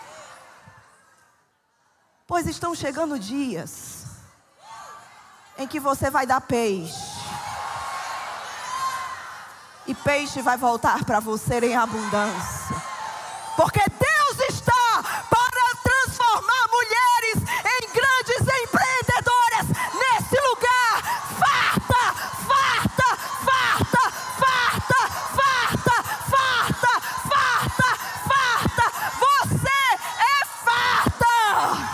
Pois estão chegando dias em que você vai dar peixe. E peixe vai voltar para você em abundância. Porque Deus está para transformar mulheres em grandes empreendedoras nesse lugar. Farta, farta, farta, farta, farta, farta, farta, farta. Você é farta.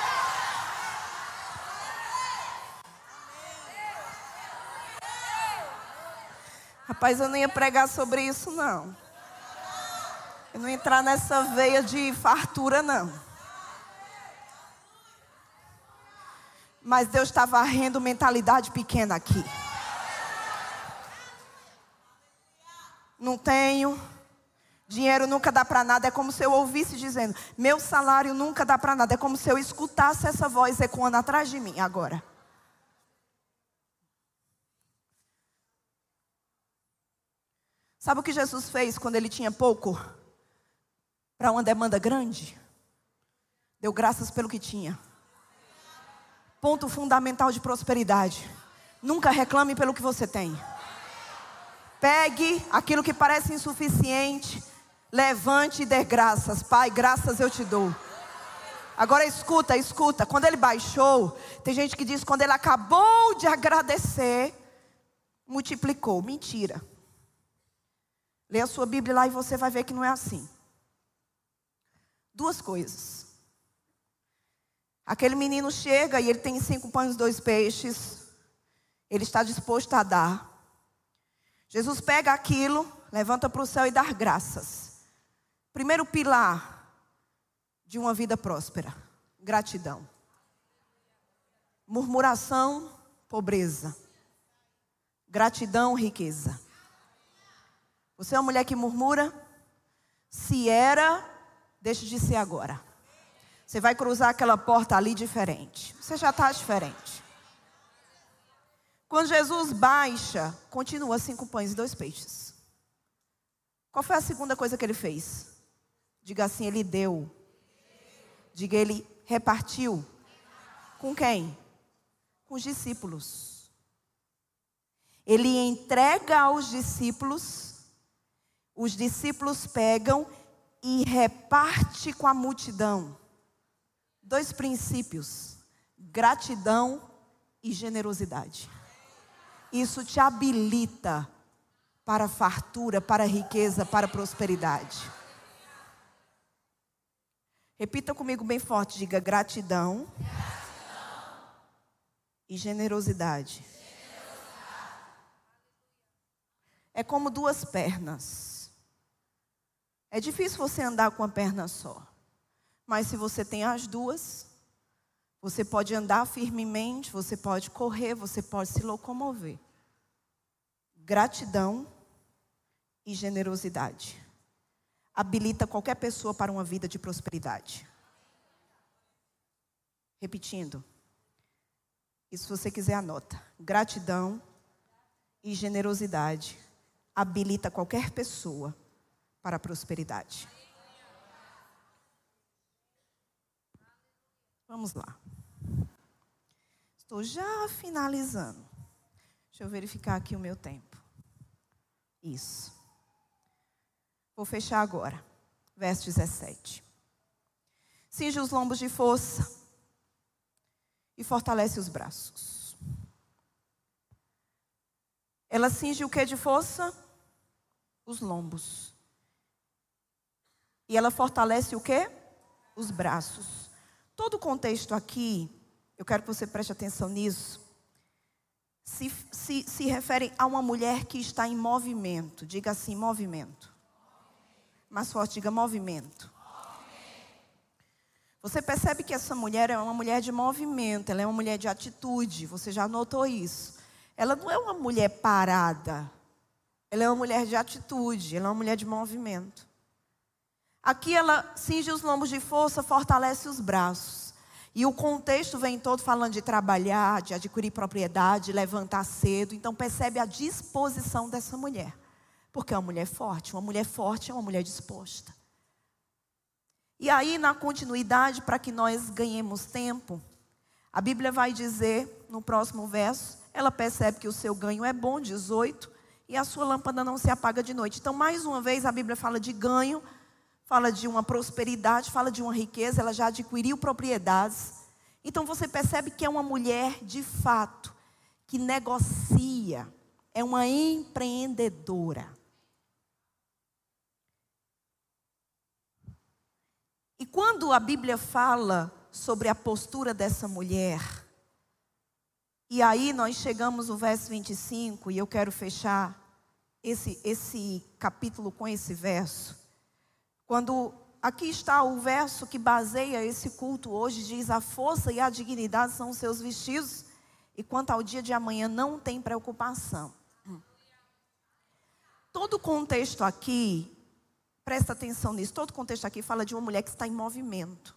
Rapaz, eu não ia pregar sobre isso, não. Eu não ia entrar nessa veia de fartura, não. Mas Deus está varrendo mentalidade pequena aqui. Não tenho. Dinheiro nunca dá para nada. É como se eu ouvisse dizendo: meu salário nunca dá para nada. É como se eu escutasse essa voz ecoando atrás de mim agora. Sabe o que Jesus fez quando ele tinha pouco? Para uma demanda grande? Deu graças pelo que tinha. Ponto fundamental de prosperidade: nunca reclame pelo que você tem. Pegue aquilo que parece insuficiente, levante e dê graças. Pai, graças eu te dou. Agora escuta, escuta. Quando ele baixou, tem gente que diz que quando ele acabou de agradecer, multiplicou. Mentira. Lê a sua Bíblia lá e você vai ver que não é assim. Duas coisas. Aquele menino chega e ele tem cinco pães e dois peixes. Ele está disposto a dar. Jesus pega aquilo, levanta para o céu e dá graças. Primeiro pilar de uma vida próspera: gratidão. Murmuração, pobreza. Gratidão, riqueza. Você é uma mulher que murmura? Se era, deixa de ser agora. Você vai cruzar aquela porta ali diferente. Você já está diferente. Quando Jesus baixa, continua cinco pães e dois peixes. Qual foi a segunda coisa que ele fez? Diga assim: ele deu. Diga: ele repartiu. Com quem? Com os discípulos. Ele entrega aos discípulos. Os discípulos pegam e reparte com a multidão. Dois princípios: gratidão e generosidade. Isso te habilita para fartura, para riqueza, para prosperidade. Repita comigo bem forte, diga: gratidão, gratidão. E generosidade. generosidade. É como duas pernas. É difícil você andar com uma perna só. Mas se você tem as duas, você pode andar firmemente, você pode correr, você pode se locomover. Gratidão e generosidade habilita qualquer pessoa para uma vida de prosperidade. Repetindo. E se você quiser, anota. Gratidão e generosidade habilita qualquer pessoa para a prosperidade. Vamos lá. Estou já finalizando. Deixa eu verificar aqui o meu tempo. Isso. Vou fechar agora. Verso dezessete. Cinge os lombos de força e fortalece os braços. Ela cinge o que de força? Os lombos. E ela fortalece o quê? Os braços. Todo o contexto aqui, eu quero que você preste atenção nisso, se, se, se refere a uma mulher que está em movimento. Diga assim: movimento. Mais forte, diga movimento. Você percebe que essa mulher é uma mulher de movimento, ela é uma mulher de atitude, você já notou isso. Ela não é uma mulher parada, ela é uma mulher de atitude, ela é uma mulher de movimento. Aqui ela cinge os lombos de força, fortalece os braços. E o contexto vem todo falando de trabalhar, de adquirir propriedade, de levantar cedo. Então percebe a disposição dessa mulher. Porque é uma mulher forte, uma mulher forte é uma mulher disposta. E aí na continuidade, para que nós ganhemos tempo, a Bíblia vai dizer no próximo verso, ela percebe que o seu ganho é bom, dezoito, e a sua lâmpada não se apaga de noite. Então mais uma vez a Bíblia fala de ganho, fala de uma prosperidade, fala de uma riqueza, ela já adquiriu propriedades. Então você percebe que é uma mulher de fato, que negocia, é uma empreendedora. E quando a Bíblia fala sobre a postura dessa mulher, e aí nós chegamos no verso vinte e cinco, e eu quero fechar esse, esse capítulo com esse verso. Quando aqui está o verso que baseia esse culto hoje, diz: a força e a dignidade são os seus vestidos, e quanto ao dia de amanhã não tem preocupação. Todo o contexto aqui, presta atenção nisso, todo o contexto aqui fala de uma mulher que está em movimento.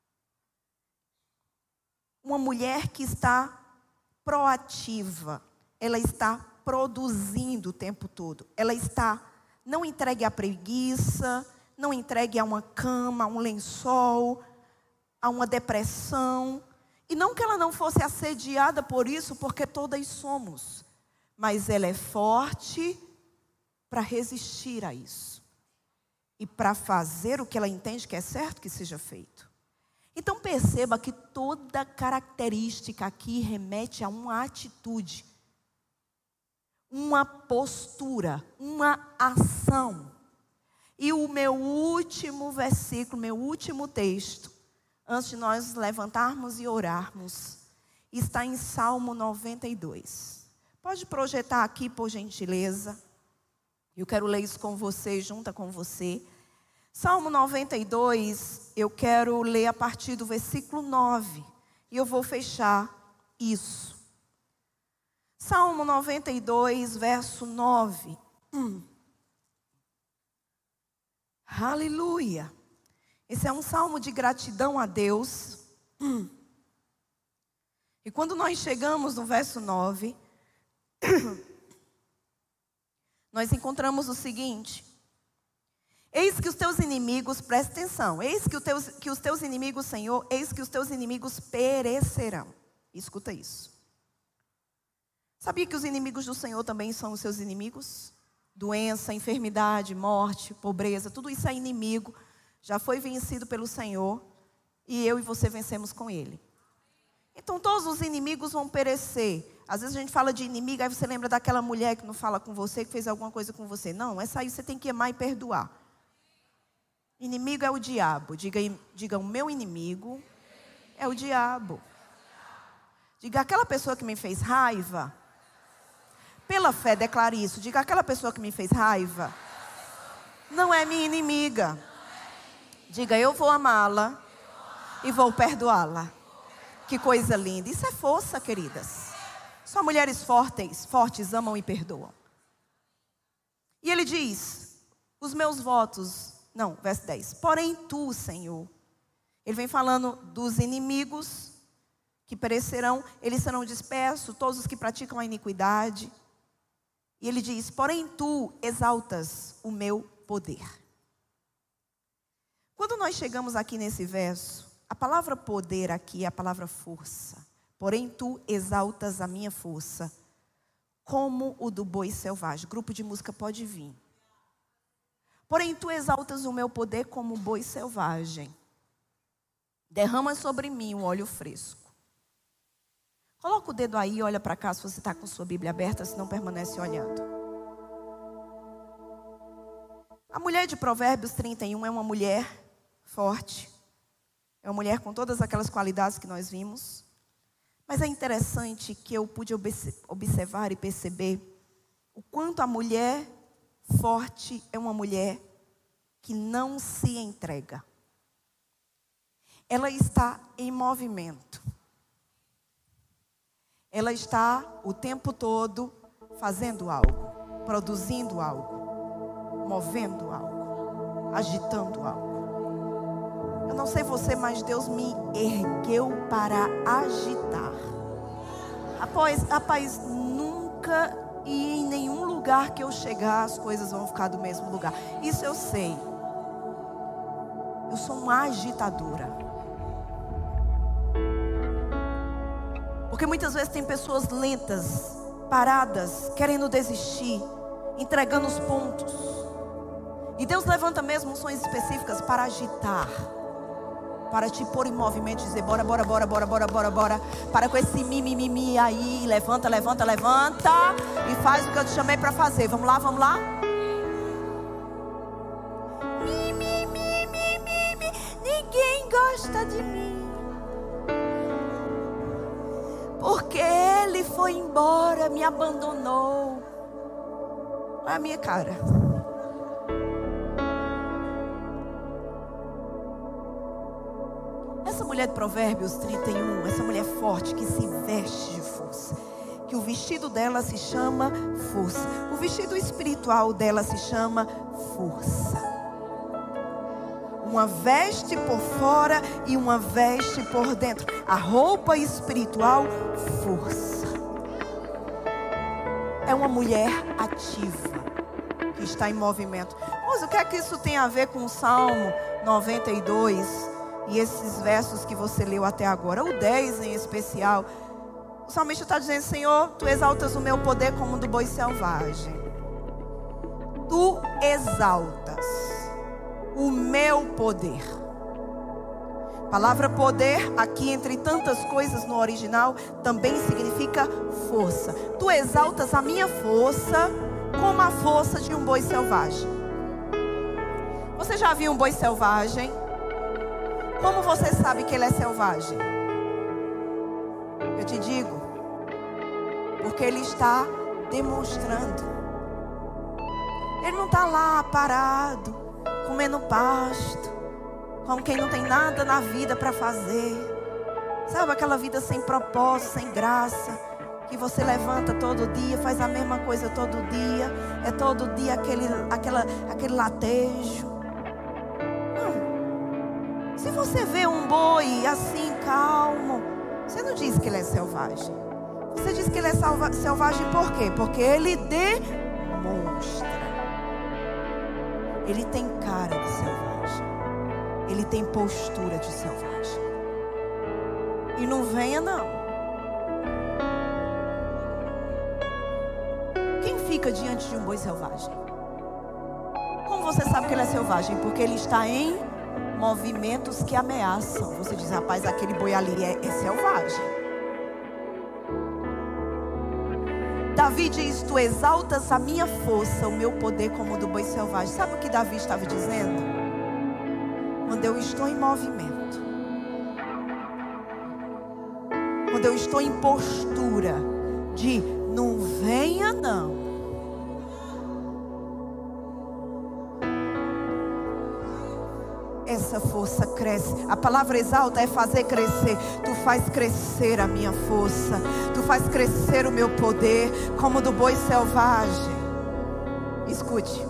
Uma mulher que está proativa, ela está produzindo o tempo todo. Ela está não entregue à preguiça, não entregue a uma cama, a um lençol, a uma depressão. E não que ela não fosse assediada por isso, porque todas somos. Mas ela é forte para resistir a isso. E para fazer o que ela entende que é certo que seja feito. Então perceba que toda característica aqui remete a uma atitude. Uma postura, uma ação. E o meu último versículo, meu último texto, antes de nós levantarmos e orarmos, está em Salmo noventa e dois. Pode projetar aqui, por gentileza. Eu quero ler isso com você, junto com você. Salmo noventa e dois, eu quero ler a partir do versículo nove. E eu vou fechar isso. Salmo noventa e dois, verso nove. Hum. Aleluia. Esse é um salmo de gratidão a Deus. Hum. E quando nós chegamos no verso nove, nós encontramos o seguinte: eis que os teus inimigos, presta atenção, eis que, teus, que os teus inimigos, Senhor, eis que os teus inimigos perecerão. Escuta isso. Sabia que os inimigos do Senhor também são os seus inimigos? Doença, enfermidade, morte, pobreza, tudo isso é inimigo. Já foi vencido pelo Senhor e eu e você vencemos com Ele. Então todos os inimigos vão perecer. Às vezes a gente fala de inimigo, aí você lembra daquela mulher que não fala com você, que fez alguma coisa com você. Não, essa aí você tem que amar e perdoar. Inimigo é o diabo. Diga, diga o meu inimigo é o diabo. Diga aquela pessoa que me fez raiva. Pela fé, declare isso. Diga, aquela pessoa que me fez raiva não é minha inimiga. Diga, eu vou amá-la e vou perdoá-la. Que coisa linda. Isso é força, queridas. Só mulheres fortes, fortes amam e perdoam. E ele diz, os meus votos, não, verso dez. Porém tu, Senhor. Ele vem falando dos inimigos que perecerão, eles serão dispersos, todos os que praticam a iniquidade. E ele diz, porém tu exaltas o meu poder. Quando nós chegamos aqui nesse verso, a palavra poder aqui é a palavra força. Porém tu exaltas a minha força, como o do boi selvagem. Grupo de música pode vir. Porém tu exaltas o meu poder como o boi selvagem. Derrama sobre mim um óleo fresco. Coloca o dedo aí e olha para cá se você está com sua Bíblia aberta, se não permanece olhando. A mulher de Provérbios trinta e um é uma mulher forte. É uma mulher com todas aquelas qualidades que nós vimos. Mas é interessante que eu pude observar e perceber o quanto a mulher forte é uma mulher que não se entrega. Ela está em movimento. Ela está o tempo todo fazendo algo, produzindo algo, movendo algo, agitando algo. Eu não sei você, mas Deus me ergueu para agitar. Após, rapaz, nunca e em nenhum lugar que eu chegar as coisas vão ficar do mesmo lugar. Isso eu sei. Eu sou uma agitadora. Porque muitas vezes tem pessoas lentas, paradas, querendo desistir, entregando os pontos. E Deus levanta mesmo unções específicas para agitar, para te pôr em movimento, dizer bora, bora, bora, bora, bora, bora, bora. Para com esse mimimi aí, levanta, levanta, levanta e faz o que eu te chamei para fazer. Vamos lá, vamos lá? Mimimi, mimimi, ninguém gosta de mim. Porque ele foi embora, me abandonou. Olha a minha cara. Essa mulher de Provérbios trinta e um, essa mulher forte que se veste de força, que o vestido dela se chama força, o vestido espiritual dela se chama força. Uma veste por fora e uma veste por dentro. A roupa espiritual, força. É uma mulher ativa, que está em movimento. Mas o que é que isso tem a ver com o Salmo noventa e dois e esses versos que você leu até agora? O dez em especial. O salmista está dizendo: Senhor, Tu exaltas o meu poder como o do boi selvagem. Tu exaltas o meu poder. Palavra poder, aqui entre tantas coisas no original, também significa força. Tu exaltas a minha força como a força de um boi selvagem. Você já viu um boi selvagem? Como você sabe que ele é selvagem? Eu te digo, porque ele está demonstrando. Ele não está lá parado, comendo pasto, como quem não tem nada na vida para fazer. Sabe aquela vida sem propósito, sem graça, que você levanta todo dia, faz a mesma coisa todo dia, é todo dia aquele, aquela, aquele latejo. Não. Se você vê um boi assim, calmo, você não diz que ele é selvagem. Você diz que ele é salva, selvagem por quê? Porque ele demonstra. Ele tem cara de selvagem. Ele tem postura de selvagem. E não venha não. Quem fica diante de um boi selvagem? Como você sabe que ele é selvagem? Porque ele está em movimentos que ameaçam. Você diz, rapaz, aquele boi ali é, é selvagem. Davi diz: Tu exaltas a minha força, o meu poder como o do boi selvagem. Sabe o que Davi estava dizendo? Quando eu estou em movimento, quando eu estou em postura de não venha não, essa força cresce. A palavra exalta é fazer crescer. Tu faz crescer a minha força, tu faz crescer o meu poder como do boi selvagem. Escute,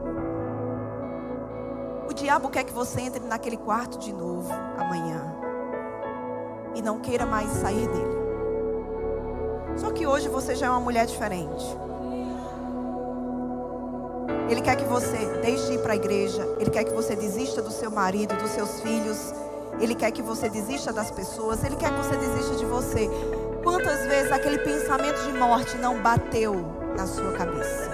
o diabo quer que você entre naquele quarto de novo amanhã e não queira mais sair dele. Só que hoje você já é uma mulher diferente. Ele quer que você deixe de ir para a igreja. Ele quer que você desista do seu marido, dos seus filhos. Ele quer que você desista das pessoas. Ele quer que você desista de você. Quantas vezes aquele pensamento de morte não bateu na sua cabeça?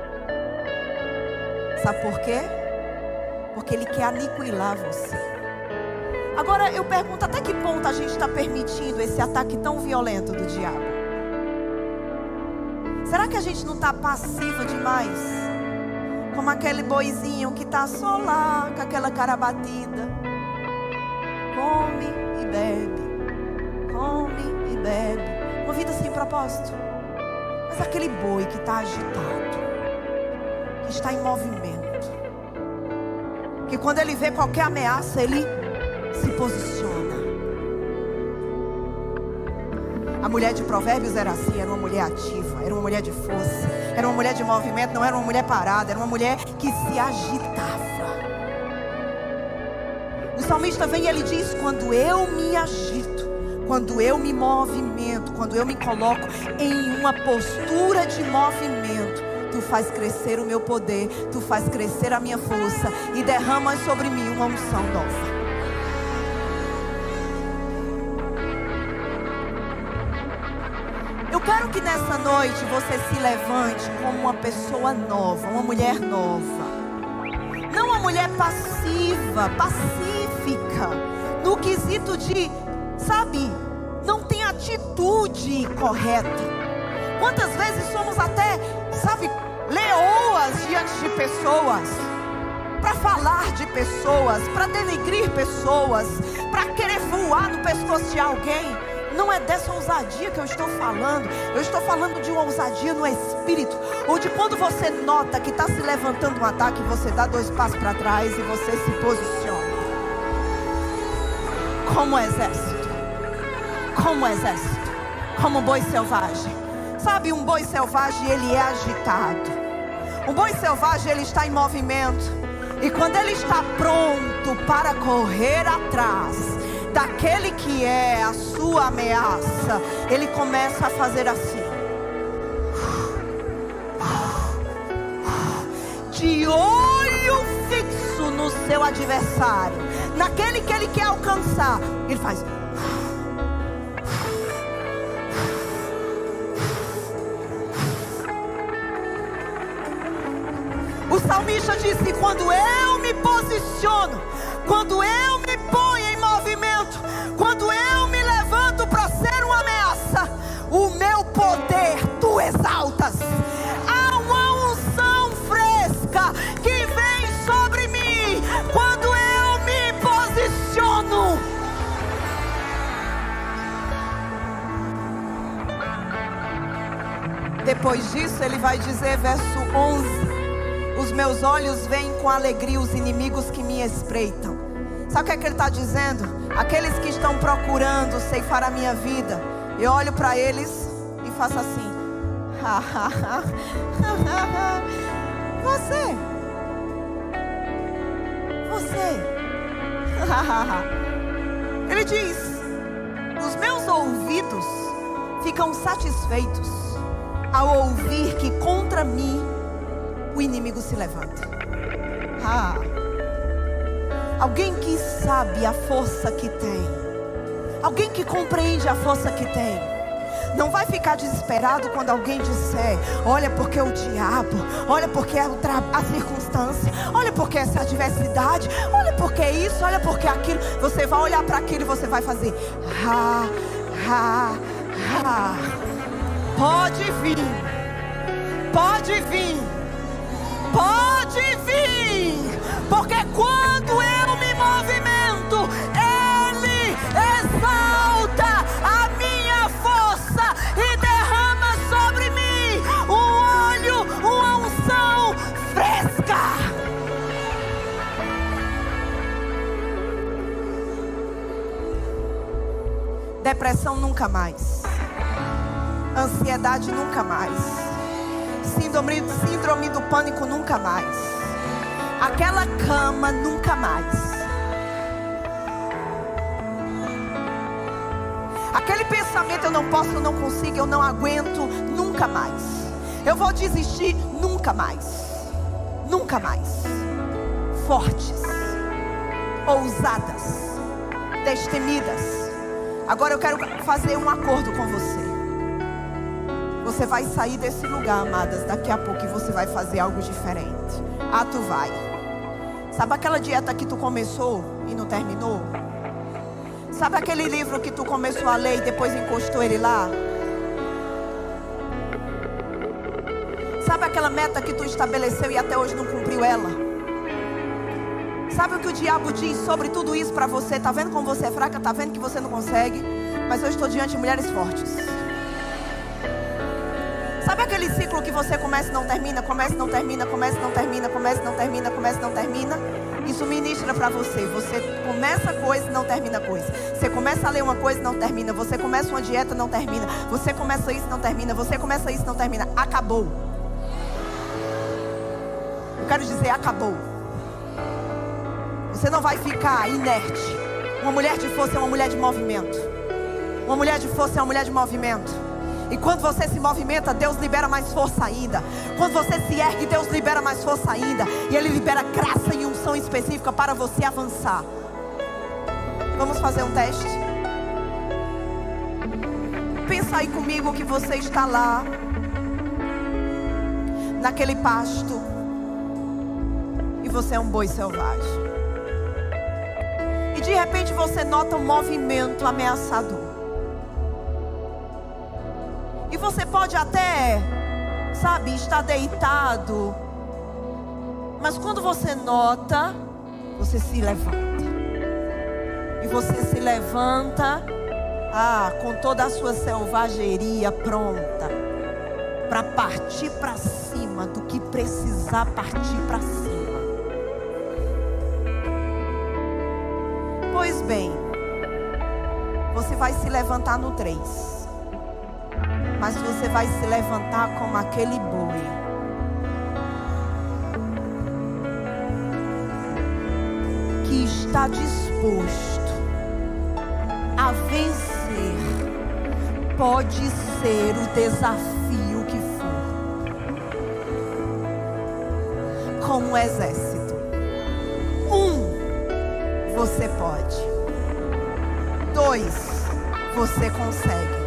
Sabe por quê? Porque ele quer aniquilar você. Agora eu pergunto, até que ponto a gente está permitindo esse ataque tão violento do diabo? Será que a gente não está passiva demais? Como aquele boizinho que está só lá com aquela cara batida. Come e bebe, come e bebe. Uma vida sem propósito. Mas aquele boi que está agitado, que está em movimento, que quando ele vê qualquer ameaça, ele se posiciona. A mulher de Provérbios era assim, era uma mulher ativa, era uma mulher de força, era uma mulher de movimento, não era uma mulher parada, era uma mulher que se agitava. O salmista vem e ele diz: quando eu me agito, quando eu me movimento, quando eu me coloco em uma postura de movimento, tu faz crescer o meu poder, tu faz crescer a minha força e derramas sobre mim uma unção nova. Eu quero que nessa noite você se levante como uma pessoa nova, uma mulher nova. Não uma mulher passiva, pacífica, no quesito de, sabe, não tem atitude correta. Quantas vezes somos até, sabe, leoas diante de pessoas, para falar de pessoas, para denegrir pessoas, para querer voar no pescoço de alguém. Não é dessa ousadia que eu estou falando. Eu estou falando de uma ousadia no espírito, onde quando você nota que está se levantando um ataque, você dá dois passos para trás e você se posiciona como exército, como exército, como boi selvagem. Sabe, um boi selvagem, ele é agitado. Um boi selvagem, ele está em movimento, e quando ele está pronto para correr atrás daquele que é a sua ameaça, ele começa a fazer assim, de olho fixo no seu adversário, naquele que ele quer alcançar. Ele faz. O salmista disse: quando eu me posiciono, quando eu me ponho em movimento, quando eu me levanto para ser uma ameaça, o meu poder tu exaltas. Há uma unção fresca que vem sobre mim quando eu me posiciono. Depois disso ele vai dizer, verso onze: os meus olhos veem com alegria os inimigos que me espreitam. Sabe o que é que ele está dizendo? Aqueles que estão procurando ceifar a minha vida, eu olho para eles e faço assim. Você Você Ele diz: os meus ouvidos ficam satisfeitos ao ouvir que contra mim o inimigo se levanta. Ah, alguém que sabe a força que tem, alguém que compreende a força que tem, não vai ficar desesperado quando alguém disser: olha porque o diabo, olha porque é a circunstância, olha porque essa adversidade, olha porque isso, olha porque aquilo. Você vai olhar para aquilo e você vai fazer ha, ha, ha. Pode vir, pode vir, pode vir, porque quando eu me movimento, Ele exalta a minha força e derrama sobre mim um óleo, uma unção fresca. Depressão nunca mais, ansiedade nunca mais, síndrome, síndrome do pânico nunca mais, aquela cama nunca mais, aquele pensamento eu não posso, eu não consigo, eu não aguento, nunca mais, eu vou desistir, nunca mais, nunca mais. Fortes, ousadas, destemidas. Agora eu quero fazer um acordo com você. Você vai sair desse lugar, amadas, daqui a pouco, e você vai fazer algo diferente. Ah, tu vai. Sabe aquela dieta que tu começou e não terminou? Sabe aquele livro que tu começou a ler e depois encostou ele lá? Sabe aquela meta que tu estabeleceu e até hoje não cumpriu ela? Sabe o que o diabo diz sobre tudo isso para você? Tá vendo como você é fraca? Tá vendo que você não consegue? Mas eu estou diante de mulheres fortes. Sabe Sabe aquele ciclo que você começa e não termina, começa e não termina, começa e não termina, começa e não termina, começa e não termina? Isso ministra para você. Você começa coisa e não termina coisa. Você começa a ler uma coisa e não termina. Você começa uma dieta e não termina. Você começa isso e não termina. Você começa isso e não termina. Acabou. Eu quero dizer, acabou. Você não vai ficar inerte. Uma mulher de força é uma mulher de movimento. Uma mulher de força é uma mulher de movimento. E quando você se movimenta, Deus libera mais força ainda. Quando você se ergue, Deus libera mais força ainda. E Ele libera graça e unção específica para você avançar. Vamos fazer um teste? Pensa aí comigo que você está lá, naquele pasto, e você é um boi selvagem. E de repente você nota um movimento ameaçador. E você pode até, sabe, estar deitado. Mas quando você nota, você se levanta. E você se levanta, ah, com toda a sua selvageria pronta para partir para cima do que precisar partir para cima. Pois bem, você vai se levantar no três. Mas você vai se levantar como aquele boi. Que está disposto a vencer. Pode ser o desafio que for. Como um exército. Um, você pode. Dois, você consegue.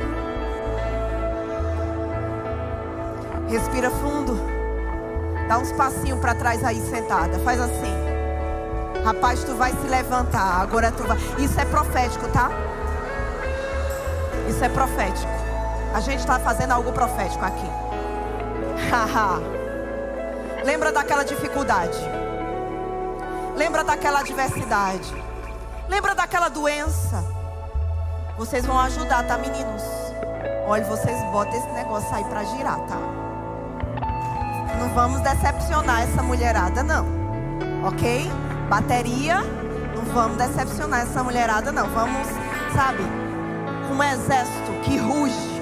Respira fundo. Dá uns passinhos para trás aí sentada. Faz assim. Rapaz, tu vai se levantar. Agora tu vai. Isso é profético, tá? Isso é profético. A gente está fazendo algo profético aqui. Lembra daquela dificuldade. Lembra daquela adversidade. Lembra daquela doença. Vocês vão ajudar, tá, meninos? Olha, vocês botam esse negócio aí para girar, tá? Não vamos decepcionar essa mulherada, não. Ok? Bateria, não vamos decepcionar essa mulherada, não. Vamos, sabe, com um exército que ruge.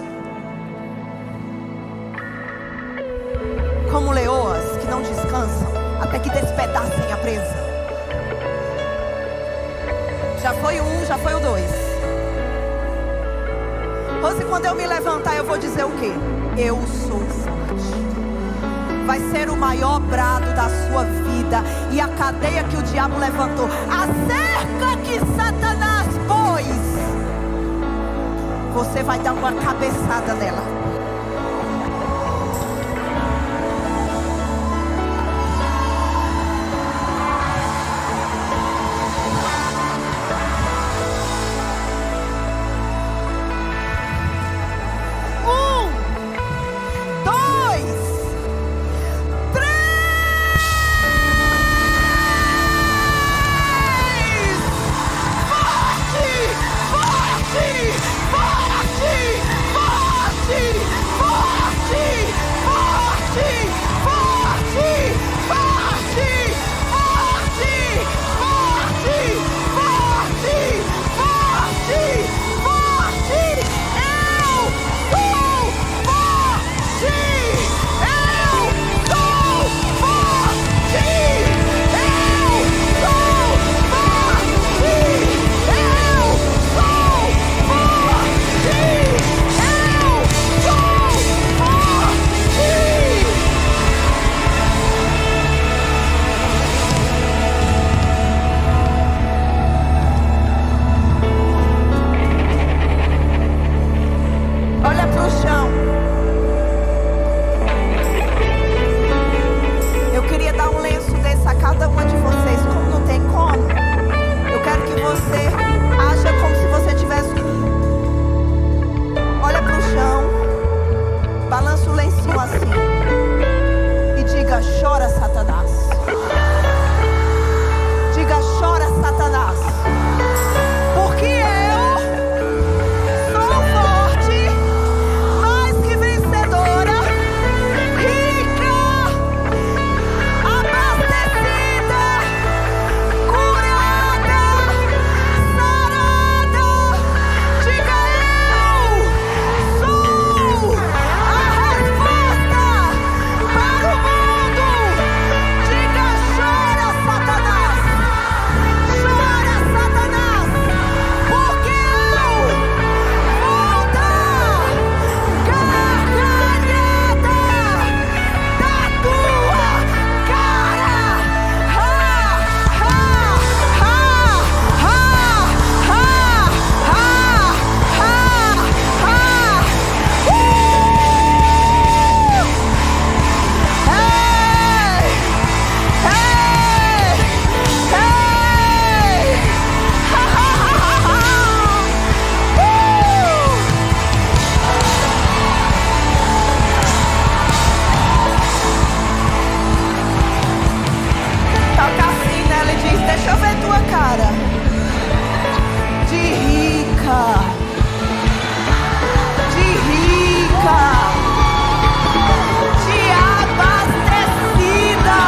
Como leoas que não descansam até que despedacem a presa. Já foi o um, já foi o dois. Hoje, quando eu me levantar, eu vou dizer o quê? Eu sou forte. Vai ser o maior brado da sua vida. E a cadeia que o diabo levantou, a cerca que Satanás pôs, você vai dar uma cabeçada nela. cara de rica, de rica, de abastecida.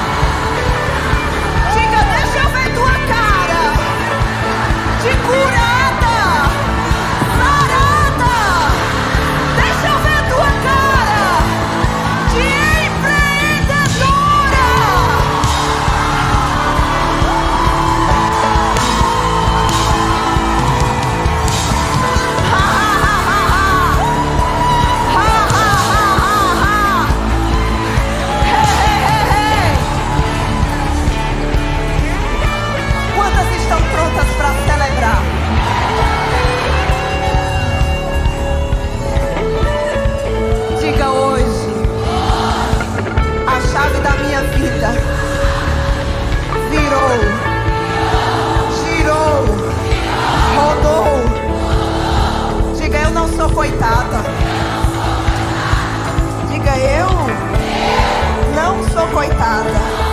Diga, deixa eu ver tua cara de curada, sarada. Deixa eu ver tua cara de empreendedora. Ha, ha, ha, ha, ha. Ha, ha, ha, ha, ha. Hey, hey, hey, hey. Quantas estão prontas para celebrar? Diga hoje, a chave da minha vida virou, girou, rodou. Diga, eu não sou coitada. Diga, eu não sou coitada.